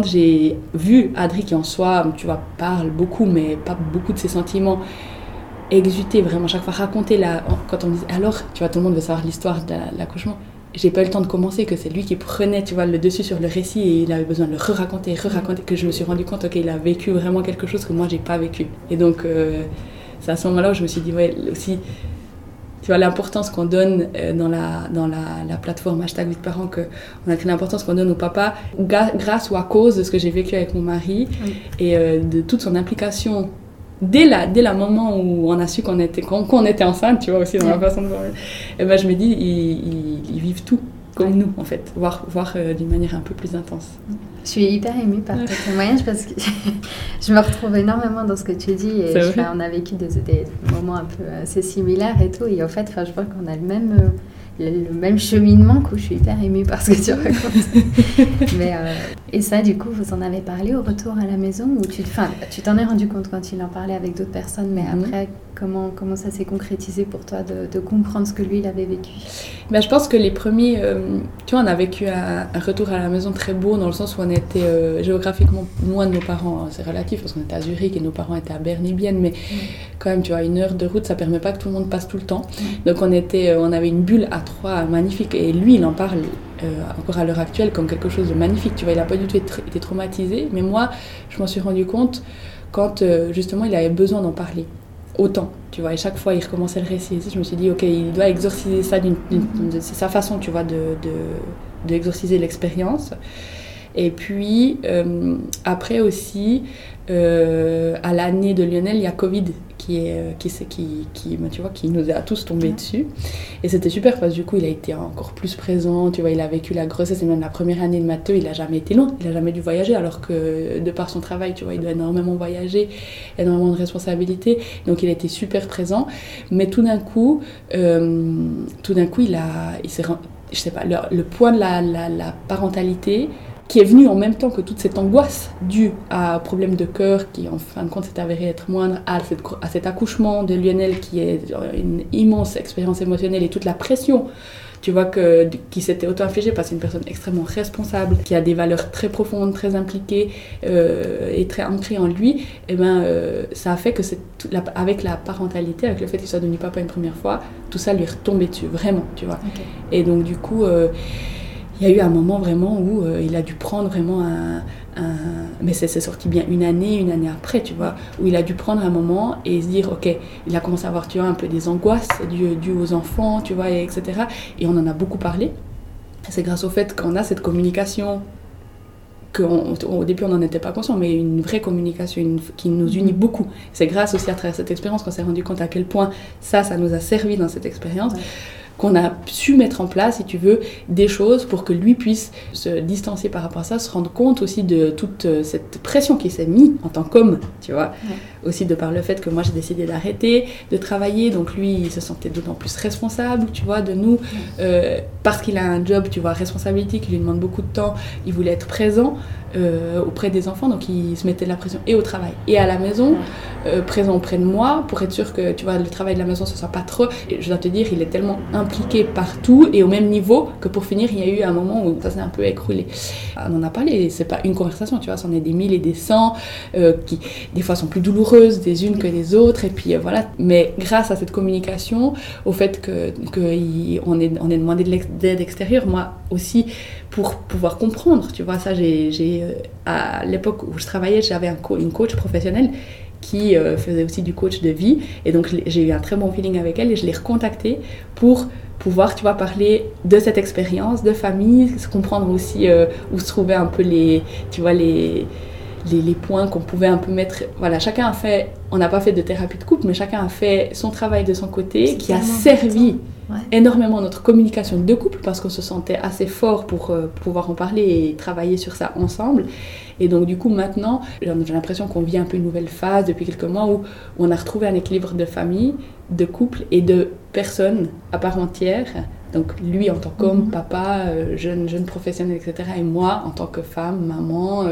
vu Adri qui en soi, tu vois, parle beaucoup, mais pas beaucoup de ses sentiments, exulter vraiment chaque fois, raconter quand on dit alors, tu vois, tout le monde veut savoir l'histoire de l'accouchement. J'ai pas eu le temps de commencer, que c'est lui qui prenait, tu vois, le dessus sur le récit et il avait besoin de le raconter, que je me suis rendu compte qu'il a vécu vraiment quelque chose que moi j'ai pas vécu. Et donc c'est à ce moment-là où je me suis dit, ouais, aussi, tu vois, l'importance qu'on donne dans la plateforme #ViteParents, qu'on a créé l'importance qu'on donne au papa, grâce ou à cause de ce que j'ai vécu avec mon mari, et de toute son implication dès la moment où on a su qu'on était enceinte, tu vois, aussi dans la façon de voir. Et ben je me dis, ils vivent tout comme nous, en fait, voire d'une manière un peu plus intense. Je suis hyper émue par tes témoignages parce que je me retrouve énormément dans ce que tu dis et on a vécu des moments un peu assez similaires et tout, et en fait, je vois qu'on a le même cheminement, que je suis hyper émue par ce que tu racontes. Et ça, du coup, vous en avez parlé au retour à la maison, ou tu t'en es rendu compte quand il en parlait avec d'autres personnes, mais après, comment ça s'est concrétisé pour toi de comprendre ce que lui, il avait vécu? Je pense que les premiers... tu vois, on a vécu un retour à la maison très beau, dans le sens où on était géographiquement loin de nos parents. C'est relatif, parce qu'on était à Zurich et nos parents étaient à Berne et Bienne, mais quand même, tu vois, 1 heure de route, ça permet pas que tout le monde passe tout le temps. Donc on avait une bulle à 3 magnifique, et lui, il en parle encore à l'heure actuelle comme quelque chose de magnifique. Tu vois, il n'a pas du tout été traumatisé, mais moi, je m'en suis rendu compte quand, justement, il avait besoin d'en parler. Autant, tu vois, et chaque fois il recommençait le récit. Je me suis dit, ok, il doit exorciser ça c'est sa façon, tu vois, de exorciser l'expérience. Et puis, après aussi, à l'année de Lionel, il y a Covid qui nous a tous tombé dessus. Et c'était super parce que du coup, il a été encore plus présent. Tu vois, il a vécu la grossesse et même la première année de Mathéo, il n'a jamais été loin. Il n'a jamais dû voyager alors que de par son travail, tu vois, il doit énormément voyager, énormément de responsabilités. Donc, il a été super présent. Mais tout d'un coup, il s'est, je sais pas, le poids de la parentalité qui est venu en même temps que toute cette angoisse due à un problème de cœur qui en fin de compte s'est avéré être moindre, à cet accouchement de Lionel qui est une immense expérience émotionnelle et toute la pression, tu vois, qui s'était auto-infligée parce que c'est une personne extrêmement responsable, qui a des valeurs très profondes, très impliquées et très ancrées en lui, et ça a fait que avec la parentalité, avec le fait qu'il soit devenu papa une première fois, tout ça lui est retombé dessus, vraiment, tu vois. Okay. Et donc du coup... il y a eu un moment vraiment où il a dû prendre vraiment mais c'est sorti bien une année après, tu vois, où il a dû prendre un moment et se dire, ok, il a commencé à avoir, tu vois, un peu des angoisses dues aux enfants, tu vois, etc. Et on en a beaucoup parlé. C'est grâce au fait qu'on a cette communication, qu'au début on n'en était pas conscient, mais une vraie communication qui nous unit beaucoup. C'est grâce aussi à travers cette expérience qu'on s'est rendu compte à quel point ça nous a servi dans cette expérience. Ouais. Qu'on a su mettre en place, si tu veux, des choses pour que lui puisse se distancier par rapport à ça, se rendre compte aussi de toute cette pression qu'il s'est mise en tant qu'homme, tu vois. Ouais. Aussi de par le fait que moi j'ai décidé d'arrêter de travailler, donc lui il se sentait d'autant plus responsable, tu vois, de nous, parce qu'il a un job, tu vois, responsabilité qui lui demande beaucoup de temps, il voulait être présent auprès des enfants, donc il se mettait de la pression et au travail et à la maison, présent auprès de moi, pour être sûr que, tu vois, le travail de la maison ce soit pas trop, et je dois te dire, il est tellement impliqué partout et au même niveau que pour finir, il y a eu un moment où ça s'est un peu écroulé. On en a parlé, c'est pas une conversation, tu vois, c'en est des 1000 et des 100 qui des fois sont plus douloureuses des unes que des autres, et puis voilà. Mais grâce à cette communication, au fait qu'on ait demandé de l'aide extérieure, moi aussi, pour pouvoir comprendre, tu vois, ça, à l'époque où je travaillais, j'avais une coach professionnelle qui faisait aussi du coach de vie, et donc j'ai eu un très bon feeling avec elle et je l'ai recontactée pour pouvoir, tu vois, parler de cette expérience de famille, comprendre aussi où se trouvaient un peu les points qu'on pouvait un peu mettre. Voilà, chacun a fait, on n'a pas fait de thérapie de couple, mais chacun a fait son travail de son côté, qui a servi énormément notre communication de couple, parce qu'on se sentait assez fort pour pouvoir en parler et travailler sur ça ensemble. Et donc du coup maintenant, j'ai l'impression qu'on vit un peu une nouvelle phase depuis quelques mois où on a retrouvé un équilibre de famille, de couple et de personnes à part entière. Donc lui en tant qu'homme, papa, jeune professionnel, etc. Et moi en tant que femme, maman,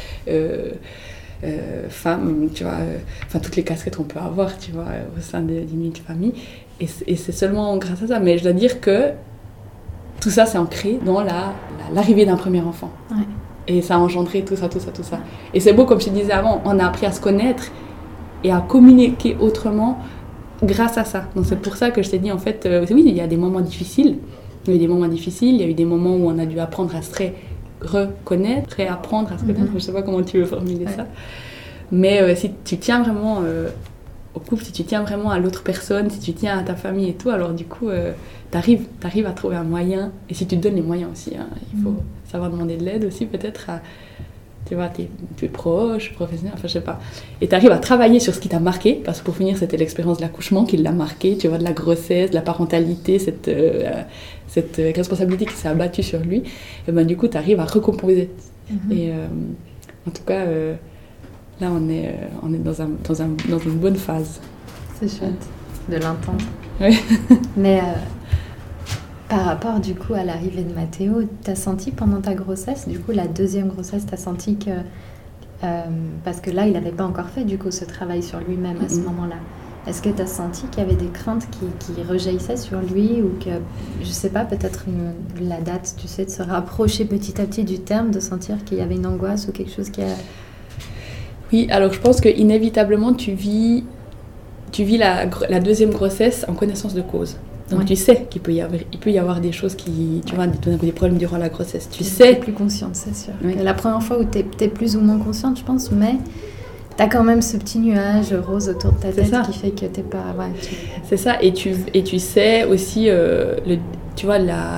femme, tu vois, toutes les casquettes qu'on peut avoir, tu vois, au sein d'une famille. Et c'est seulement grâce à ça. Mais je dois dire que tout ça, c'est ancré dans l'arrivée d'un premier enfant. Ouais. Et ça a engendré tout ça. Et c'est beau, comme je te disais avant, on a appris à se connaître et à communiquer autrement grâce à ça. Donc c'est pour ça que je t'ai dit, en fait, oui, il y a des moments difficiles. Il y a eu des moments difficiles, il y a eu des moments où on a dû apprendre à se reconnaître, réapprendre à se connaître. Je ne sais pas comment tu veux formuler ça. Mais si tu tiens vraiment au couple, si tu tiens vraiment à l'autre personne, si tu tiens à ta famille et tout, alors du coup, t'arrives à trouver un moyen. Et si tu te donnes les moyens aussi, hein, il faut savoir demander de l'aide aussi, peut-être à... Tu vois, tu es proche, professionnel, enfin je sais pas. Et tu arrives à travailler sur ce qui t'a marqué, parce que pour finir, c'était l'expérience de l'accouchement qui l'a marqué, tu vois, de la grossesse, de la parentalité, cette responsabilité qui s'est abattue sur lui. Et ben du coup, tu arrives à recomposer. Et en tout cas, là, on est dans une bonne phase. C'est chouette de l'entendre. Oui. Mais... par rapport du coup à l'arrivée de Mathéo, t'as senti pendant ta grossesse, du coup la deuxième grossesse, t'as senti que... parce que là, il n'avait pas encore fait du coup ce travail sur lui-même à ce moment-là. Est-ce que t'as senti qu'il y avait des craintes qui rejaillissaient sur lui, ou que, je sais pas, peut-être la date, tu sais, de se rapprocher petit à petit du terme, de sentir qu'il y avait une angoisse ou quelque chose qui a... Oui, alors je pense qu'inévitablement tu vis la deuxième grossesse en connaissance de cause. Donc tu sais qu'il peut y avoir des choses qui, tu vois, des problèmes durant la grossesse. Tu sais. T'es plus consciente, c'est sûr. Oui. La première fois où t'es plus ou moins consciente, je pense, mais t'as quand même ce petit nuage rose autour de ta tête qui fait que t'es pas... Ouais, C'est ça, et tu sais aussi, tu vois,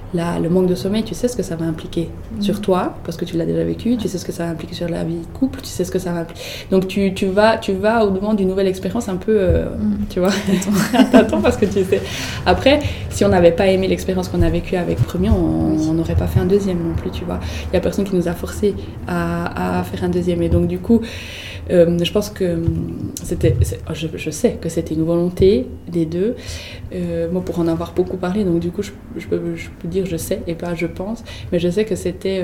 le manque de sommeil, tu sais ce que ça va impliquer sur toi, parce que tu l'as déjà vécu, tu sais ce que ça va impliquer sur la vie de couple, tu sais ce que ça va impliquer. Donc tu vas au devant d'une nouvelle expérience un peu, tu vois, t'attends parce que tu sais. Après, si on n'avait pas aimé l'expérience qu'on a vécue avec le premier, on n'aurait pas fait un deuxième non plus, tu vois. Il n'y a personne qui nous a forcé à faire un deuxième. Et donc du coup, je pense que je sais que c'était une volonté des deux. Moi, pour en avoir beaucoup parlé, donc du coup, je peux dire je sais et pas je pense, mais je sais que c'était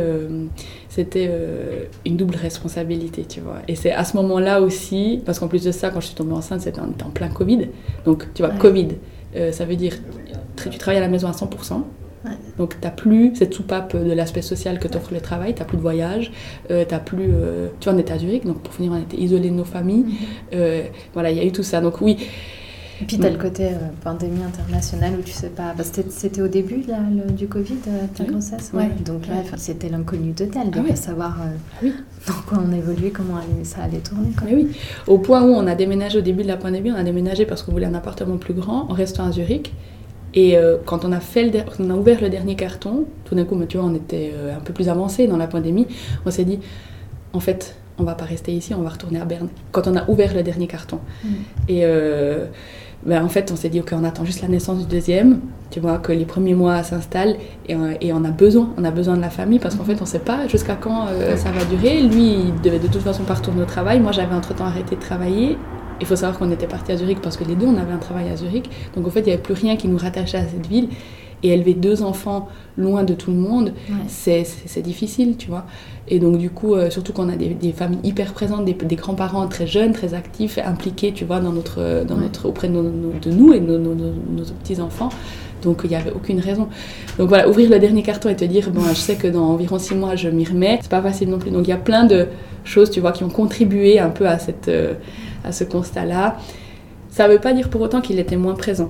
une double responsabilité, tu vois. Et c'est à ce moment-là aussi, parce qu'en plus de ça, quand je suis tombée enceinte, c'était en plein Covid. Donc, tu vois, Covid, ça veut dire tu travailles à la maison à 100%. Ouais. Donc t'as plus cette soupape de l'aspect social que t'offre le travail, t'as plus de voyage, t'as plus... tu vois, on était à Zurich, donc pour finir, on était isolés de nos familles. Voilà, il y a eu tout ça. Donc oui... Et puis t'as le côté pandémie internationale où tu sais pas... Bah, c'était au début là, du Covid, ta grossesse. Ouais. Donc là, c'était l'inconnu total de pas savoir dans quoi on évoluait, comment ça allait tourner. Quoi. Oui. Au point où on a déménagé au début de la pandémie, on a déménagé parce qu'on voulait un appartement plus grand en restant à Zurich. Et quand on a ouvert le dernier carton, tout d'un coup, tu vois, on était un peu plus avancé dans la pandémie, on s'est dit, en fait, on va pas rester ici, on va retourner à Berne. Quand on a ouvert le dernier carton. Et en fait, on s'est dit, ok, on attend juste la naissance du deuxième, tu vois, que les premiers mois s'installent, et on a besoin de la famille, parce qu'en fait, on sait pas jusqu'à quand ça va durer. Lui, il devait de toute façon pas retourner au travail. Moi, j'avais entre-temps arrêté de travailler. Il faut savoir qu'on était partis à Zurich parce que les deux, on avait un travail à Zurich. Donc, en fait, il n'y avait plus rien qui nous rattachait à cette ville. Et élever 2 enfants loin de tout le monde, c'est difficile, tu vois. Et donc, du coup, surtout qu'on a des familles hyper présentes, des grands-parents très jeunes, très actifs, impliqués, tu vois, auprès de nous et de nos petits-enfants. Donc, il n'y avait aucune raison. Donc, voilà, ouvrir le dernier carton et te dire, bon, je sais que dans environ 6 mois, je m'y remets, c'est pas facile non plus. Donc, il y a plein de choses, tu vois, qui ont contribué un peu à ce constat-là. Ça ne veut pas dire pour autant qu'il était moins présent.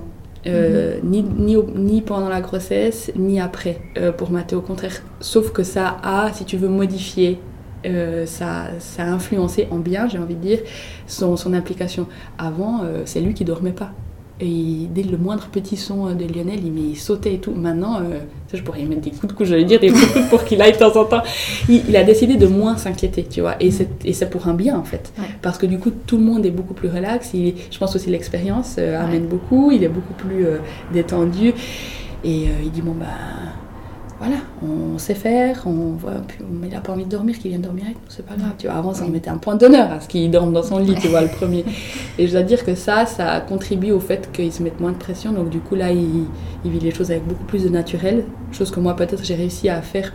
Ni pendant la grossesse, ni après, pour Mathéo, au contraire. Sauf que ça a, si tu veux, modifié, ça a influencé en bien, j'ai envie de dire, son implication. Avant, c'est lui qui ne dormait pas. Et dès le moindre petit son de Lionel, il sautait et tout. Maintenant, je pourrais y mettre des coups de coude, j'allais dire des coups de coude pour qu'il aille de temps en temps. Il a décidé de moins s'inquiéter, tu vois. Et c'est pour un bien, en fait. Ouais. Parce que du coup, tout le monde est beaucoup plus relax. Je pense aussi l'expérience amène beaucoup. Il est beaucoup plus détendu. Et il dit, bon, bah... Voilà, on sait faire, mais il n'a pas envie de dormir, qu'il vienne dormir avec nous, c'est pas grave. Tu vois, avant, ça on mettait un point d'honneur à ce qu'il dorme dans son lit, tu vois, le premier. Et je dois dire que ça contribue au fait qu'il se mette moins de pression. Donc du coup, là, il vit les choses avec beaucoup plus de naturel, chose que moi, peut-être, j'ai réussi à faire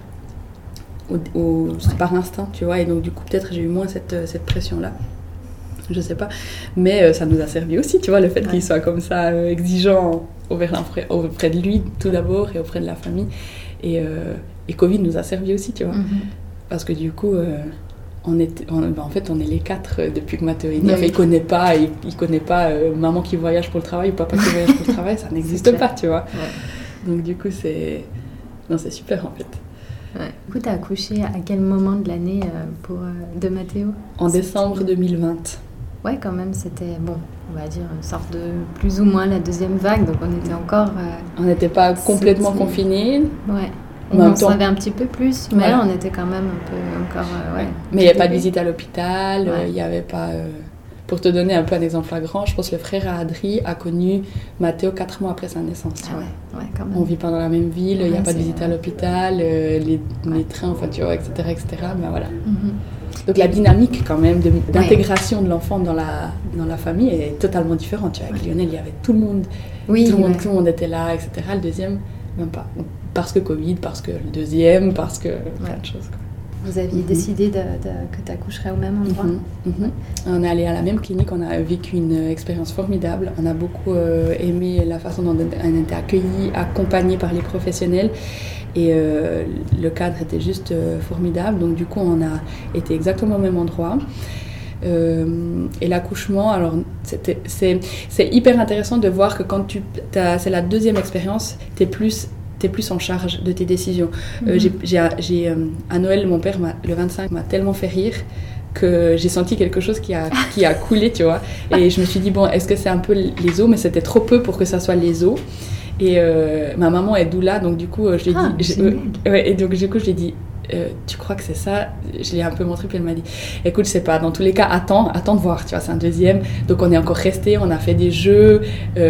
par instinct, tu vois. Et donc du coup, peut-être, j'ai eu moins cette pression-là. Je sais pas. Mais ça nous a servi aussi, tu vois, le fait qu'il soit comme ça, exigeant auprès de lui, tout d'abord, et auprès de la famille. Et Covid nous a servi aussi, tu vois. Parce que du coup, en fait, on est les 4 depuis que Mathéo est né. Enfin, il connaît pas maman qui voyage pour le travail ou papa qui voyage pour le travail, ça n'existe pas, tu vois. Ouais. Donc du coup, c'est super, en fait. Ouais. Du coup, tu as accouché à quel moment de l'année de Mathéo ? En décembre 2020. Ouais, quand même, c'était, bon, on va dire, une sorte de plus ou moins la deuxième vague, donc on était encore... on n'était pas complètement confinés. Ouais, on savait un petit peu plus, mais là, on était quand même un peu encore... Mais il n'y avait pas de visite à l'hôpital, il n'y avait pas... Pour te donner un peu un exemple flagrant, je pense que le frère à Adri a connu Mathéo 4 mois après sa naissance. Ouais, quand même. On vit pas dans la même ville, il n'y a pas de visite à l'hôpital, les trains, enfin, tu vois, etc. Mais voilà. Donc la dynamique quand même d'intégration de l'enfant dans la famille est totalement différente. Tu vois, avec Lionel, il y avait tout le monde, tout le monde était là, etc. Le deuxième, même pas. Parce que Covid, parce que le deuxième, parce que plein de choses. Quoi. Vous aviez décidé que tu accoucherais au même endroit. On est allé à la même clinique, on a vécu une expérience formidable. On a beaucoup aimé la façon dont on était accueillis, accompagnés par les professionnels. Et le cadre était juste formidable. Donc du coup, on a été exactement au même endroit. Et l'accouchement, alors c'est hyper intéressant de voir que quand c'est la deuxième expérience, t'es plus en charge de tes décisions. À Noël, mon père, le 25, m'a tellement fait rire que j'ai senti quelque chose qui a coulé, tu vois. Et je me suis dit, bon, est-ce que c'est un peu les os ? Mais c'était trop peu pour que ça soit les os. Et ma maman est doula, donc du coup, je lui ai dit... et donc du coup, je lui ai dit... tu crois que c'est ça? Je l'ai un peu montré, puis elle m'a dit écoute, je sais pas, dans tous les cas, attends de voir, tu vois, c'est un deuxième. Donc on est encore resté, on a fait des jeux,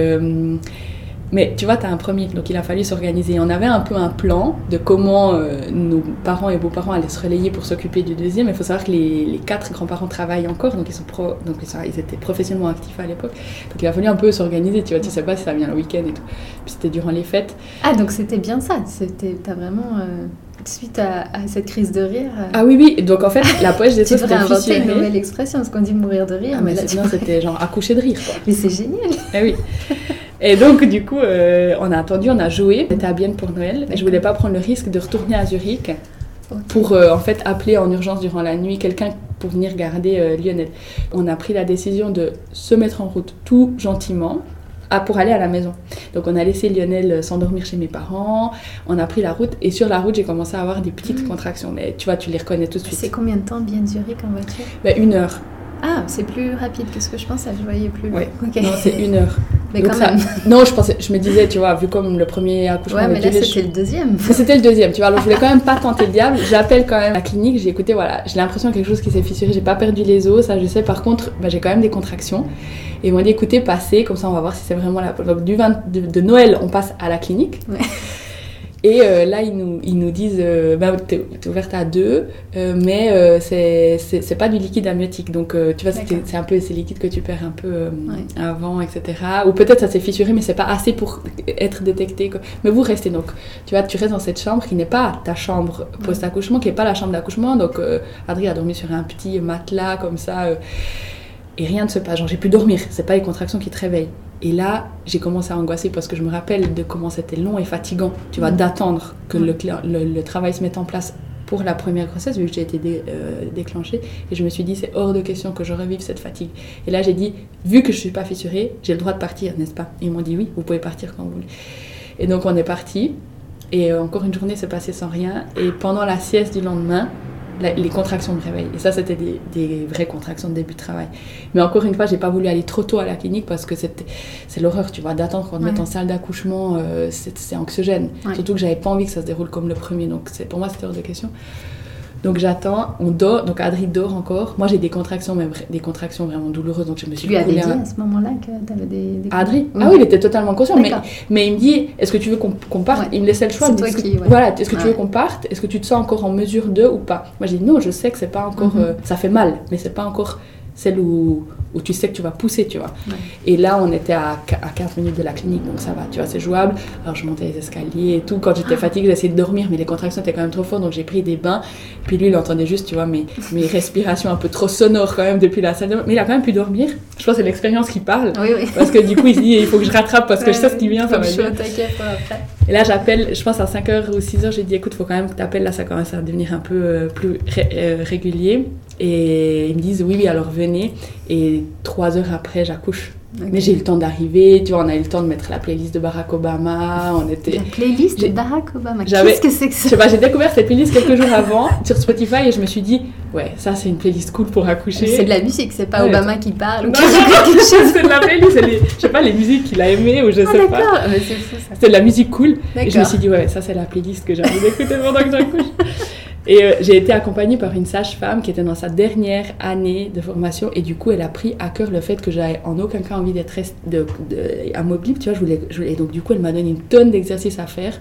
mais tu vois, t'as un premier, donc il a fallu s'organiser. On avait un peu un plan de comment nos parents et beaux-parents allaient se relayer pour s'occuper du deuxième. Il faut savoir que les 4 grands-parents travaillent encore, donc ils étaient professionnellement actifs à l'époque. Donc il a fallu un peu s'organiser, tu vois, tu sais pas si ça vient le week-end et tout. Puis c'était durant les fêtes. Ah, donc c'était bien ça, t'as vraiment... Suite à cette crise de rire... Ah oui, donc en fait, la poche des sauces, c'était fissuré. Tu devrais inventer une nouvelle expression, parce qu'on dit mourir de rire. Ah, mais là, c'était genre accoucher de rire, quoi. Mais c'est génial. Ah oui. Et donc, du coup, on a attendu, on a joué. On était à Bienne pour Noël. D'accord. Je voulais pas prendre le risque de retourner à Zurich pour, en fait, appeler en urgence durant la nuit quelqu'un pour venir garder Lionel. On a pris la décision de se mettre en route tout gentiment pour aller à la maison. Donc on a laissé Lionel s'endormir chez mes parents, on a pris la route et sur la route j'ai commencé à avoir des petites contractions, mais tu vois, tu les reconnais tout de suite. C'est combien de temps Bienne Zurich en voiture? 1 heure. Ah, c'est plus rapide que ce que je pensais, je voyais plus. Oui, okay. Non, c'est 1 heure. Mais donc quand même. Non, je me disais, tu vois, vu comme le premier accouchement... Ouais, mais là, c'était le deuxième. C'était le deuxième, tu vois, alors je voulais quand même pas tenter le diable. J'appelle quand même la clinique, j'ai écouté, voilà, j'ai l'impression qu'il y a quelque chose qui s'est fissuré, j'ai pas perdu les os, ça je sais, par contre, j'ai quand même des contractions. Et ils m'ont dit, écoutez, passez, comme ça on va voir si c'est vraiment la... Donc de Noël, on passe à la clinique. Ouais. Et là, ils nous disent, t'es ouverte à 2, mais c'est pas du liquide amniotique. Donc, tu vois, c'est un peu ces liquides que tu perds un peu avant, etc. Ou peut-être ça s'est fissuré, mais c'est pas assez pour être détecté, quoi. Mais vous restez donc. Tu vois, tu restes dans cette chambre qui n'est pas ta chambre post-accouchement, qui n'est pas la chambre d'accouchement. Donc, Adrien a dormi sur un petit matelas comme ça. Et rien ne se passe. Genre, j'ai pu dormir. C'est pas les contractions qui te réveillent. Et là, j'ai commencé à angoisser parce que je me rappelle de comment c'était long et fatigant, tu vois, d'attendre que le travail se mette en place pour la première grossesse, vu que j'ai été déclenchée. Et je me suis dit, c'est hors de question que je revive cette fatigue. Et là, j'ai dit, vu que je ne suis pas fissurée, j'ai le droit de partir, n'est-ce pas? Et ils m'ont dit, oui, vous pouvez partir quand vous voulez. Et donc, on est parti. Et encore une journée s'est passée sans rien. Et pendant la sieste du lendemain, les contractions me réveillent. Et ça, c'était des vraies contractions de début de travail. Mais encore une fois, j'ai pas voulu aller trop tôt à la clinique parce que c'est l'horreur, tu vois, d'attendre qu'on te mette en salle d'accouchement, c'est anxiogène. Ouais. Surtout que j'avais pas envie que ça se déroule comme le premier. Donc pour moi, c'était hors de question. Donc j'attends, on dort, donc Adri dort encore. Moi j'ai des contractions vraiment douloureuses, donc je me suis... Tu lui avais dit à ce moment-là que tu avais des... Adri Ah oui, il était totalement conscient, mais il me dit, est-ce que tu veux qu'on parte? Il me laissait le choix. C'est toi qui... Voilà, est-ce que tu veux qu'on parte? Est-ce que tu te sens encore en mesure de ou pas? Moi j'ai dit non, je sais que c'est pas encore... ça fait mal, mais c'est pas encore celle où tu sais que tu vas pousser, tu vois. Ouais. Et là, on était à 15 minutes de la clinique, donc ça va, tu vois, c'est jouable. Alors, je montais les escaliers et tout. Quand j'étais fatiguée, j'essayais de dormir, mais les contractions étaient quand même trop fortes, donc j'ai pris des bains. Puis lui, il entendait juste, tu vois, mes respirations un peu trop sonores quand même depuis la salle de bain. Mais il a quand même pu dormir. Je pense que c'est l'expérience qui parle. Oui. Parce que du coup, il se dit, il faut que je rattrape parce que je sais ce qui vient, ça va bien. Et là, j'appelle, je pense à 5h ou 6h, j'ai dit, écoute, il faut quand même que tu appelles, là, ça commence à devenir un peu plus régulier. Et ils me disent, oui, alors venez. Et 3 heures après, j'accouche. Okay. Mais j'ai eu le temps d'arriver, tu vois, on a eu le temps de mettre la playlist de Barack Obama, on était... La playlist de Barack Obama, qu'est-ce que c'est que ça? Je sais pas, j'ai découvert cette playlist quelques jours avant sur Spotify et je me suis dit, ouais, ça c'est une playlist cool pour accoucher. C'est de la musique, c'est pas Obama qui parle ou non, c'est de la playlist, c'est je sais pas, les musiques qu'il a aimées ou je sais pas. D'accord, mais c'est fou ça. C'était de la musique cool et je me suis dit, ouais, ça c'est la playlist que j'ai envie d'écouter pendant que j'accouche. Et j'ai été accompagnée par une sage-femme qui était dans sa dernière année de formation et du coup elle a pris à cœur le fait que j'avais en aucun cas envie d'être amovible, tu vois, je voulais donc du coup elle m'a donné une tonne d'exercices à faire.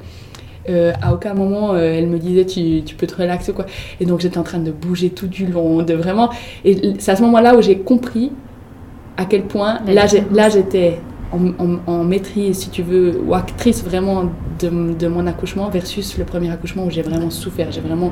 À aucun moment elle me disait tu peux te relaxer quoi, et donc j'étais en train de bouger tout du long, de vraiment, et c'est à ce moment-là où j'ai compris à quel point là j'étais en maîtrise, si tu veux, ou actrice vraiment de mon accouchement versus le premier accouchement où j'ai vraiment souffert,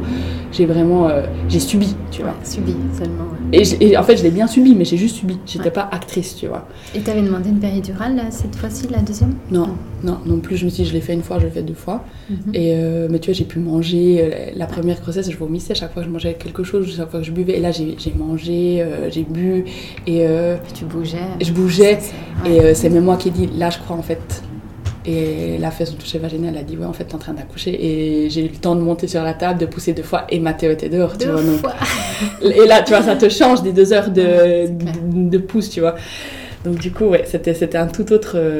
j'ai subi, tu vois. Subi seulement. Ouais. Et en fait, je l'ai bien subi, mais j'ai juste subi. J'étais pas actrice, tu vois. Et t'avais demandé une péridurale là, cette fois-ci, la deuxième? Non plus. Je me suis dit, je l'ai fait une fois, je l'ai fait 2 fois. Et mais tu vois, j'ai pu manger. La première grossesse, je vomissais chaque fois que je mangeais quelque chose, chaque fois que je buvais. Et là, j'ai mangé, j'ai bu. Et tu bougeais. Je bougeais. Et c'est même moi qui ai dit, là, je crois en fait. Et la fesse au toucher vaginal, elle a dit, ouais, en fait, t'es en train d'accoucher. Et j'ai eu le temps de monter sur la table, de pousser 2 fois. Et Mathéo était dehors, tu vois. Donc... Et là, tu vois, ça te change des 2 heures de pouce, tu vois. Donc, du coup, ouais, c'était un tout autre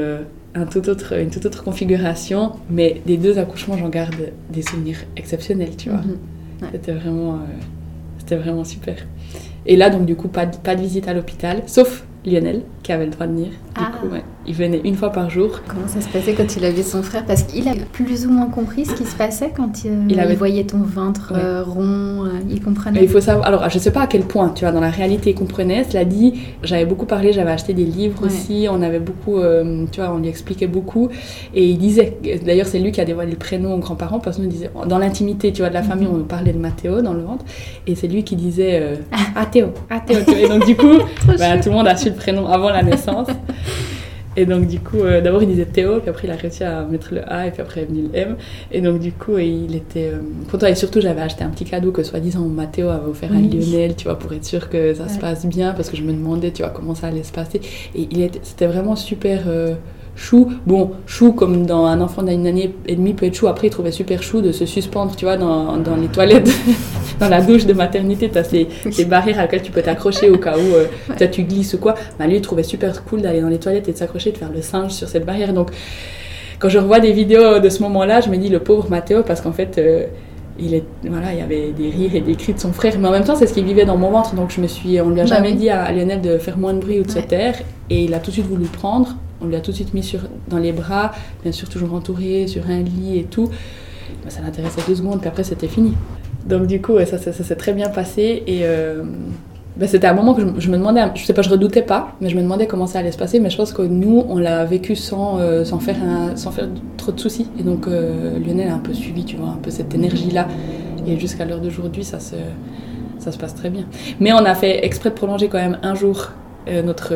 une toute autre configuration, mais des 2 accouchements, j'en garde des souvenirs exceptionnels, tu vois. Ouais. C'était vraiment super. Et là, donc du coup, pas de visite à l'hôpital, sauf Lionel, qui avait le droit de venir. Du coup, ouais, il venait 1 fois par jour. Comment ça se passait quand il avait son frère? Parce qu'il a plus ou moins compris ce qui se passait quand il voyait ton ventre rond, il comprenait. Mais il faut savoir, alors je sais pas à quel point, tu vois, dans la réalité il comprenait. Cela dit, j'avais beaucoup parlé, j'avais acheté des livres aussi, on avait beaucoup, tu vois, on lui expliquait beaucoup. Et il disait, d'ailleurs c'est lui qui a dévoilé le prénom aux grands-parents, parce que nous disait, dans l'intimité, tu vois, de la famille, on parlait de Mathéo dans le ventre. Et c'est lui qui disait, Théo. Et donc du coup, tout le monde a su le prénom avant la naissance. Et donc du coup, d'abord il disait Théo, puis après il a réussi à mettre le A, et puis après est venu le M. Et donc du coup, il était content. Et surtout, j'avais acheté un petit cadeau que soi-disant Mathéo avait offert à Lionel, tu vois, pour être sûr que ça se passe bien, parce que je me demandais, tu vois, comment ça allait se passer. Et c'était vraiment super chou. Bon, chou comme dans un enfant d'une année et demie peut être chou. Après, il trouvait super chou de se suspendre, tu vois, dans les toilettes, dans la douche de maternité. Tu as les barrières à laquelle tu peux t'accrocher au cas où tu glisses ou quoi. Bah, lui, il trouvait super cool d'aller dans les toilettes et de s'accrocher, de faire le singe sur cette barrière. Donc, quand je revois des vidéos de ce moment-là, je me dis le pauvre Mathéo, parce qu'en fait, il y avait des rires et des cris de son frère, mais en même temps, c'est ce qu'il vivait dans mon ventre. Donc, on lui a jamais dit à Lionel de faire moins de bruit ou de se taire. Et il a tout de suite voulu le prendre. On lui a tout de suite mis dans les bras, bien sûr toujours entouré, sur un lit et tout. Ben, ça l'intéressait 2 secondes, puis après c'était fini. Donc du coup, ça s'est très bien passé. Et c'était un moment que je me demandais, je sais pas, je redoutais pas, mais je me demandais comment ça allait se passer. Mais je pense que nous, on l'a vécu sans faire trop de soucis. Et donc Lionel a un peu suivi, tu vois, un peu cette énergie-là. Et jusqu'à l'heure d'aujourd'hui, ça se passe très bien. Mais on a fait exprès de prolonger quand même 1 jour notre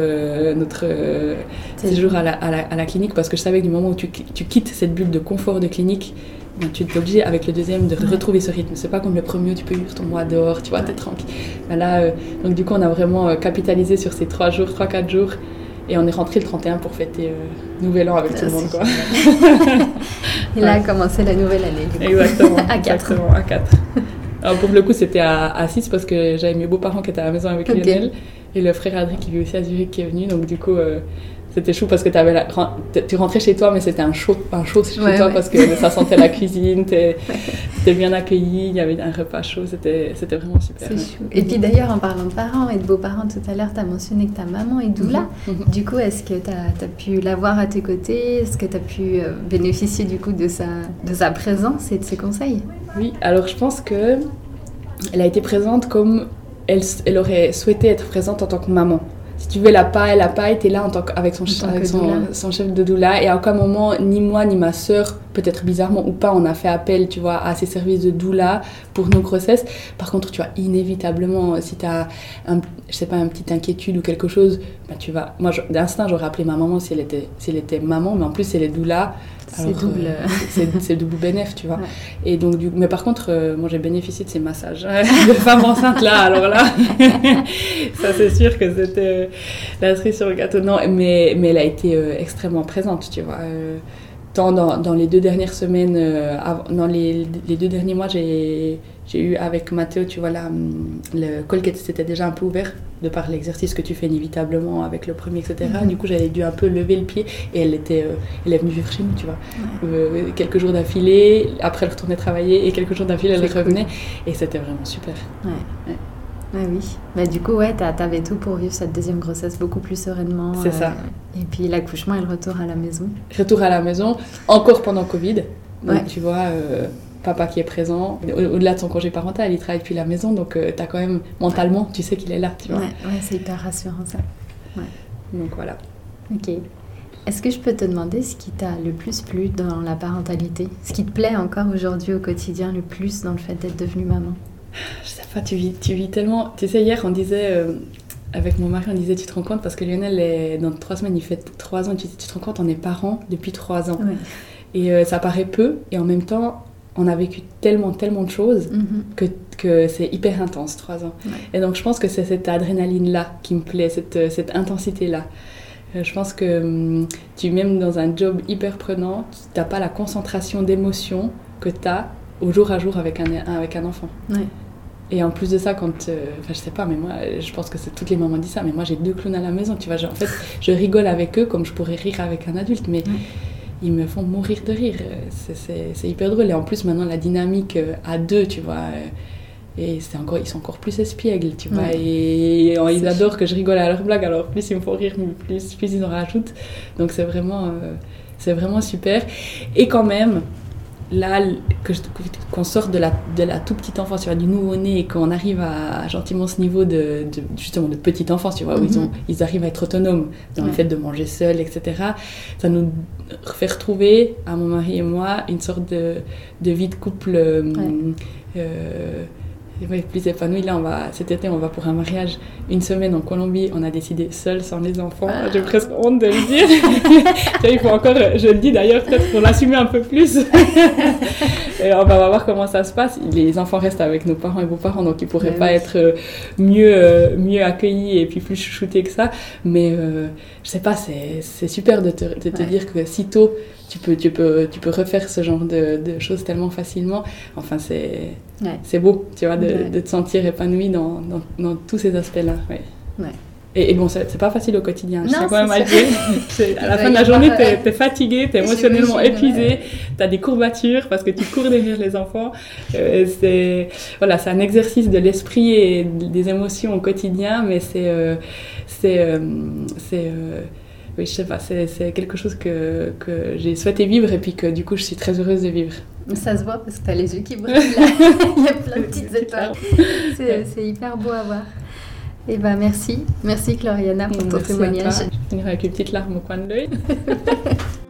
séjour à la clinique, parce que je savais que du moment où tu quittes cette bulle de confort de clinique, ben, tu es obligé avec le deuxième de retrouver ce rythme. C'est pas comme le premier où tu peux vivre ton mois dehors, tu vois, t'es tranquille. Ben là, donc du coup on a vraiment capitalisé sur ces 3-4 jours, et on est rentré le 31 pour fêter Nouvel An avec tout le monde, quoi. Et là a commencé la nouvelle année. Exactement. À 4. Alors pour le coup c'était à 6, parce que j'avais mes beaux-parents qui étaient à la maison avec Lionel. Et le frère Adrien qui vit aussi à Zurich qui est venu, donc du coup c'était chou parce que tu rentrais chez toi, mais c'était un chaud chez toi parce que ça sentait la cuisine, t'étais bien accueilli, il y avait un repas chaud, c'était vraiment super. C'est chou. Et puis d'ailleurs, en parlant de parents et de beaux-parents, tout à l'heure tu as mentionné que ta maman est doula. Du coup, est-ce que tu as pu la voir à tes côtés? Est-ce que tu as pu bénéficier du coup de sa présence et de ses conseils? Oui, alors je pense que elle a été présente comme elle aurait souhaité être présente en tant que maman. Si tu veux, elle a pas été là avec son chef de doula. Et à aucun moment, ni moi ni ma sœur, peut-être bizarrement ou pas, on a fait appel, tu vois, à ces services de doula pour nos grossesses. Par contre, tu vois, inévitablement, si tu as une petite inquiétude ou quelque chose, ben tu vas. Moi, d'instinct, j'aurais appelé ma maman si elle était maman, mais en plus, elle est doula. C'est double bénéf, tu vois. Ouais. Et donc, mais par contre, moi j'ai bénéficié de ces massages de femme enceinte là. Alors là, ça c'est sûr que c'était la cerise sur le gâteau. Non, mais elle a été extrêmement présente, tu vois. Tant dans les 2 dernières semaines, dans les 2 derniers mois, j'ai eu avec Mathéo, tu vois, le col qui s'était déjà un peu ouvert de par l'exercice que tu fais inévitablement avec le premier, etc. Du coup, j'avais dû un peu lever le pied et elle est venue vivre chez nous, tu vois. Quelques jours d'affilée, après elle retournait travailler et quelques jours d'affilée, elle revenait et c'était vraiment super. Ouais. Ouais, oui. Bah, du coup, t'avais tout pour vivre cette 2e grossesse beaucoup plus sereinement. C'est ça. Et puis l'accouchement et le retour à la maison. Retour à la maison, encore pendant Covid. Donc, tu vois, papa qui est présent. Au-delà de son congé parental, il travaille depuis la maison. Donc, t'as quand même, mentalement, tu sais qu'il est là, tu vois. Ouais, c'est hyper rassurant, ça. Ouais. Donc, voilà. Ok. Est-ce que je peux te demander ce qui t'a le plus plu dans la parentalité? Ce qui te plaît encore aujourd'hui au quotidien le plus dans le fait d'être devenue maman? Je sais pas, tu vis tellement... Tu sais, hier, on disait... avec mon mari, on disait, tu te rends compte, parce que Lionel, dans 3 semaines, il fait 3 ans, tu te rends compte, on est parents depuis 3 ans. Ouais. Et ça paraît peu, et en même temps, on a vécu tellement de choses que c'est hyper intense, 3 ans. Ouais. Et donc, je pense que c'est cette adrénaline-là qui me plaît, cette intensité-là. Je pense que même dans un job hyper prenant, tu n'as pas la concentration d'émotions que tu as au jour à jour avec un enfant. Ouais. Et en plus de ça, quand... je sais pas, mais moi, je pense que toutes les mamans disent ça, mais moi, j'ai 2 clowns à la maison, tu vois. En fait, je rigole avec eux comme je pourrais rire avec un adulte, mais ils me font mourir de rire. C'est hyper drôle. Et en plus, maintenant, la dynamique à 2, tu vois... et ils sont encore plus espiègles, tu vois. Et ils adorent que je rigole à leurs blagues, alors plus ils me font rire, plus ils en rajoutent. Donc c'est vraiment super. Et quand même... là, qu'on sorte de la toute petite enfance, tu vois, du nouveau-né, et qu'on arrive à gentiment ce niveau justement de petite enfance, tu vois, où ils arrivent à être autonomes dans le fait de manger seuls, etc. Ça nous fait retrouver, à mon mari et moi, une sorte de vie de couple plus épanouie. Là, cet été, on va pour un mariage 1 semaine en Colombie. On a décidé seul, sans les enfants. J'ai presque honte de le dire. Il faut encore, je le dis d'ailleurs, peut-être pour l'assumer un peu plus. Et on va voir comment ça se passe. Les enfants restent avec nos parents et beaux-parents, donc ils pourraient pas être mieux accueillis et puis plus chouchoutés que ça. Mais je sais pas, c'est super de te dire que si tôt tu peux refaire ce genre de choses tellement facilement. Enfin, c'est beau, tu vois, de te sentir épanoui dans tous ces aspects-là. Et bon, c'est pas facile au quotidien, je sais quand même à dire. À la fin de la journée, t'es fatigué, t'es émotionnellement épuisé, t'as des courbatures parce que tu cours derrière les enfants. C'est un exercice de l'esprit et des émotions au quotidien, mais oui, je sais pas, c'est quelque chose que j'ai souhaité vivre et puis que du coup je suis très heureuse de vivre. Ça se voit parce que t'as les yeux qui brillent là. Il y a plein de petites étoiles. C'est hyper beau à voir. Et merci Gloriana pour ton témoignage. Je vais finir avec une petite larme au coin de l'œil.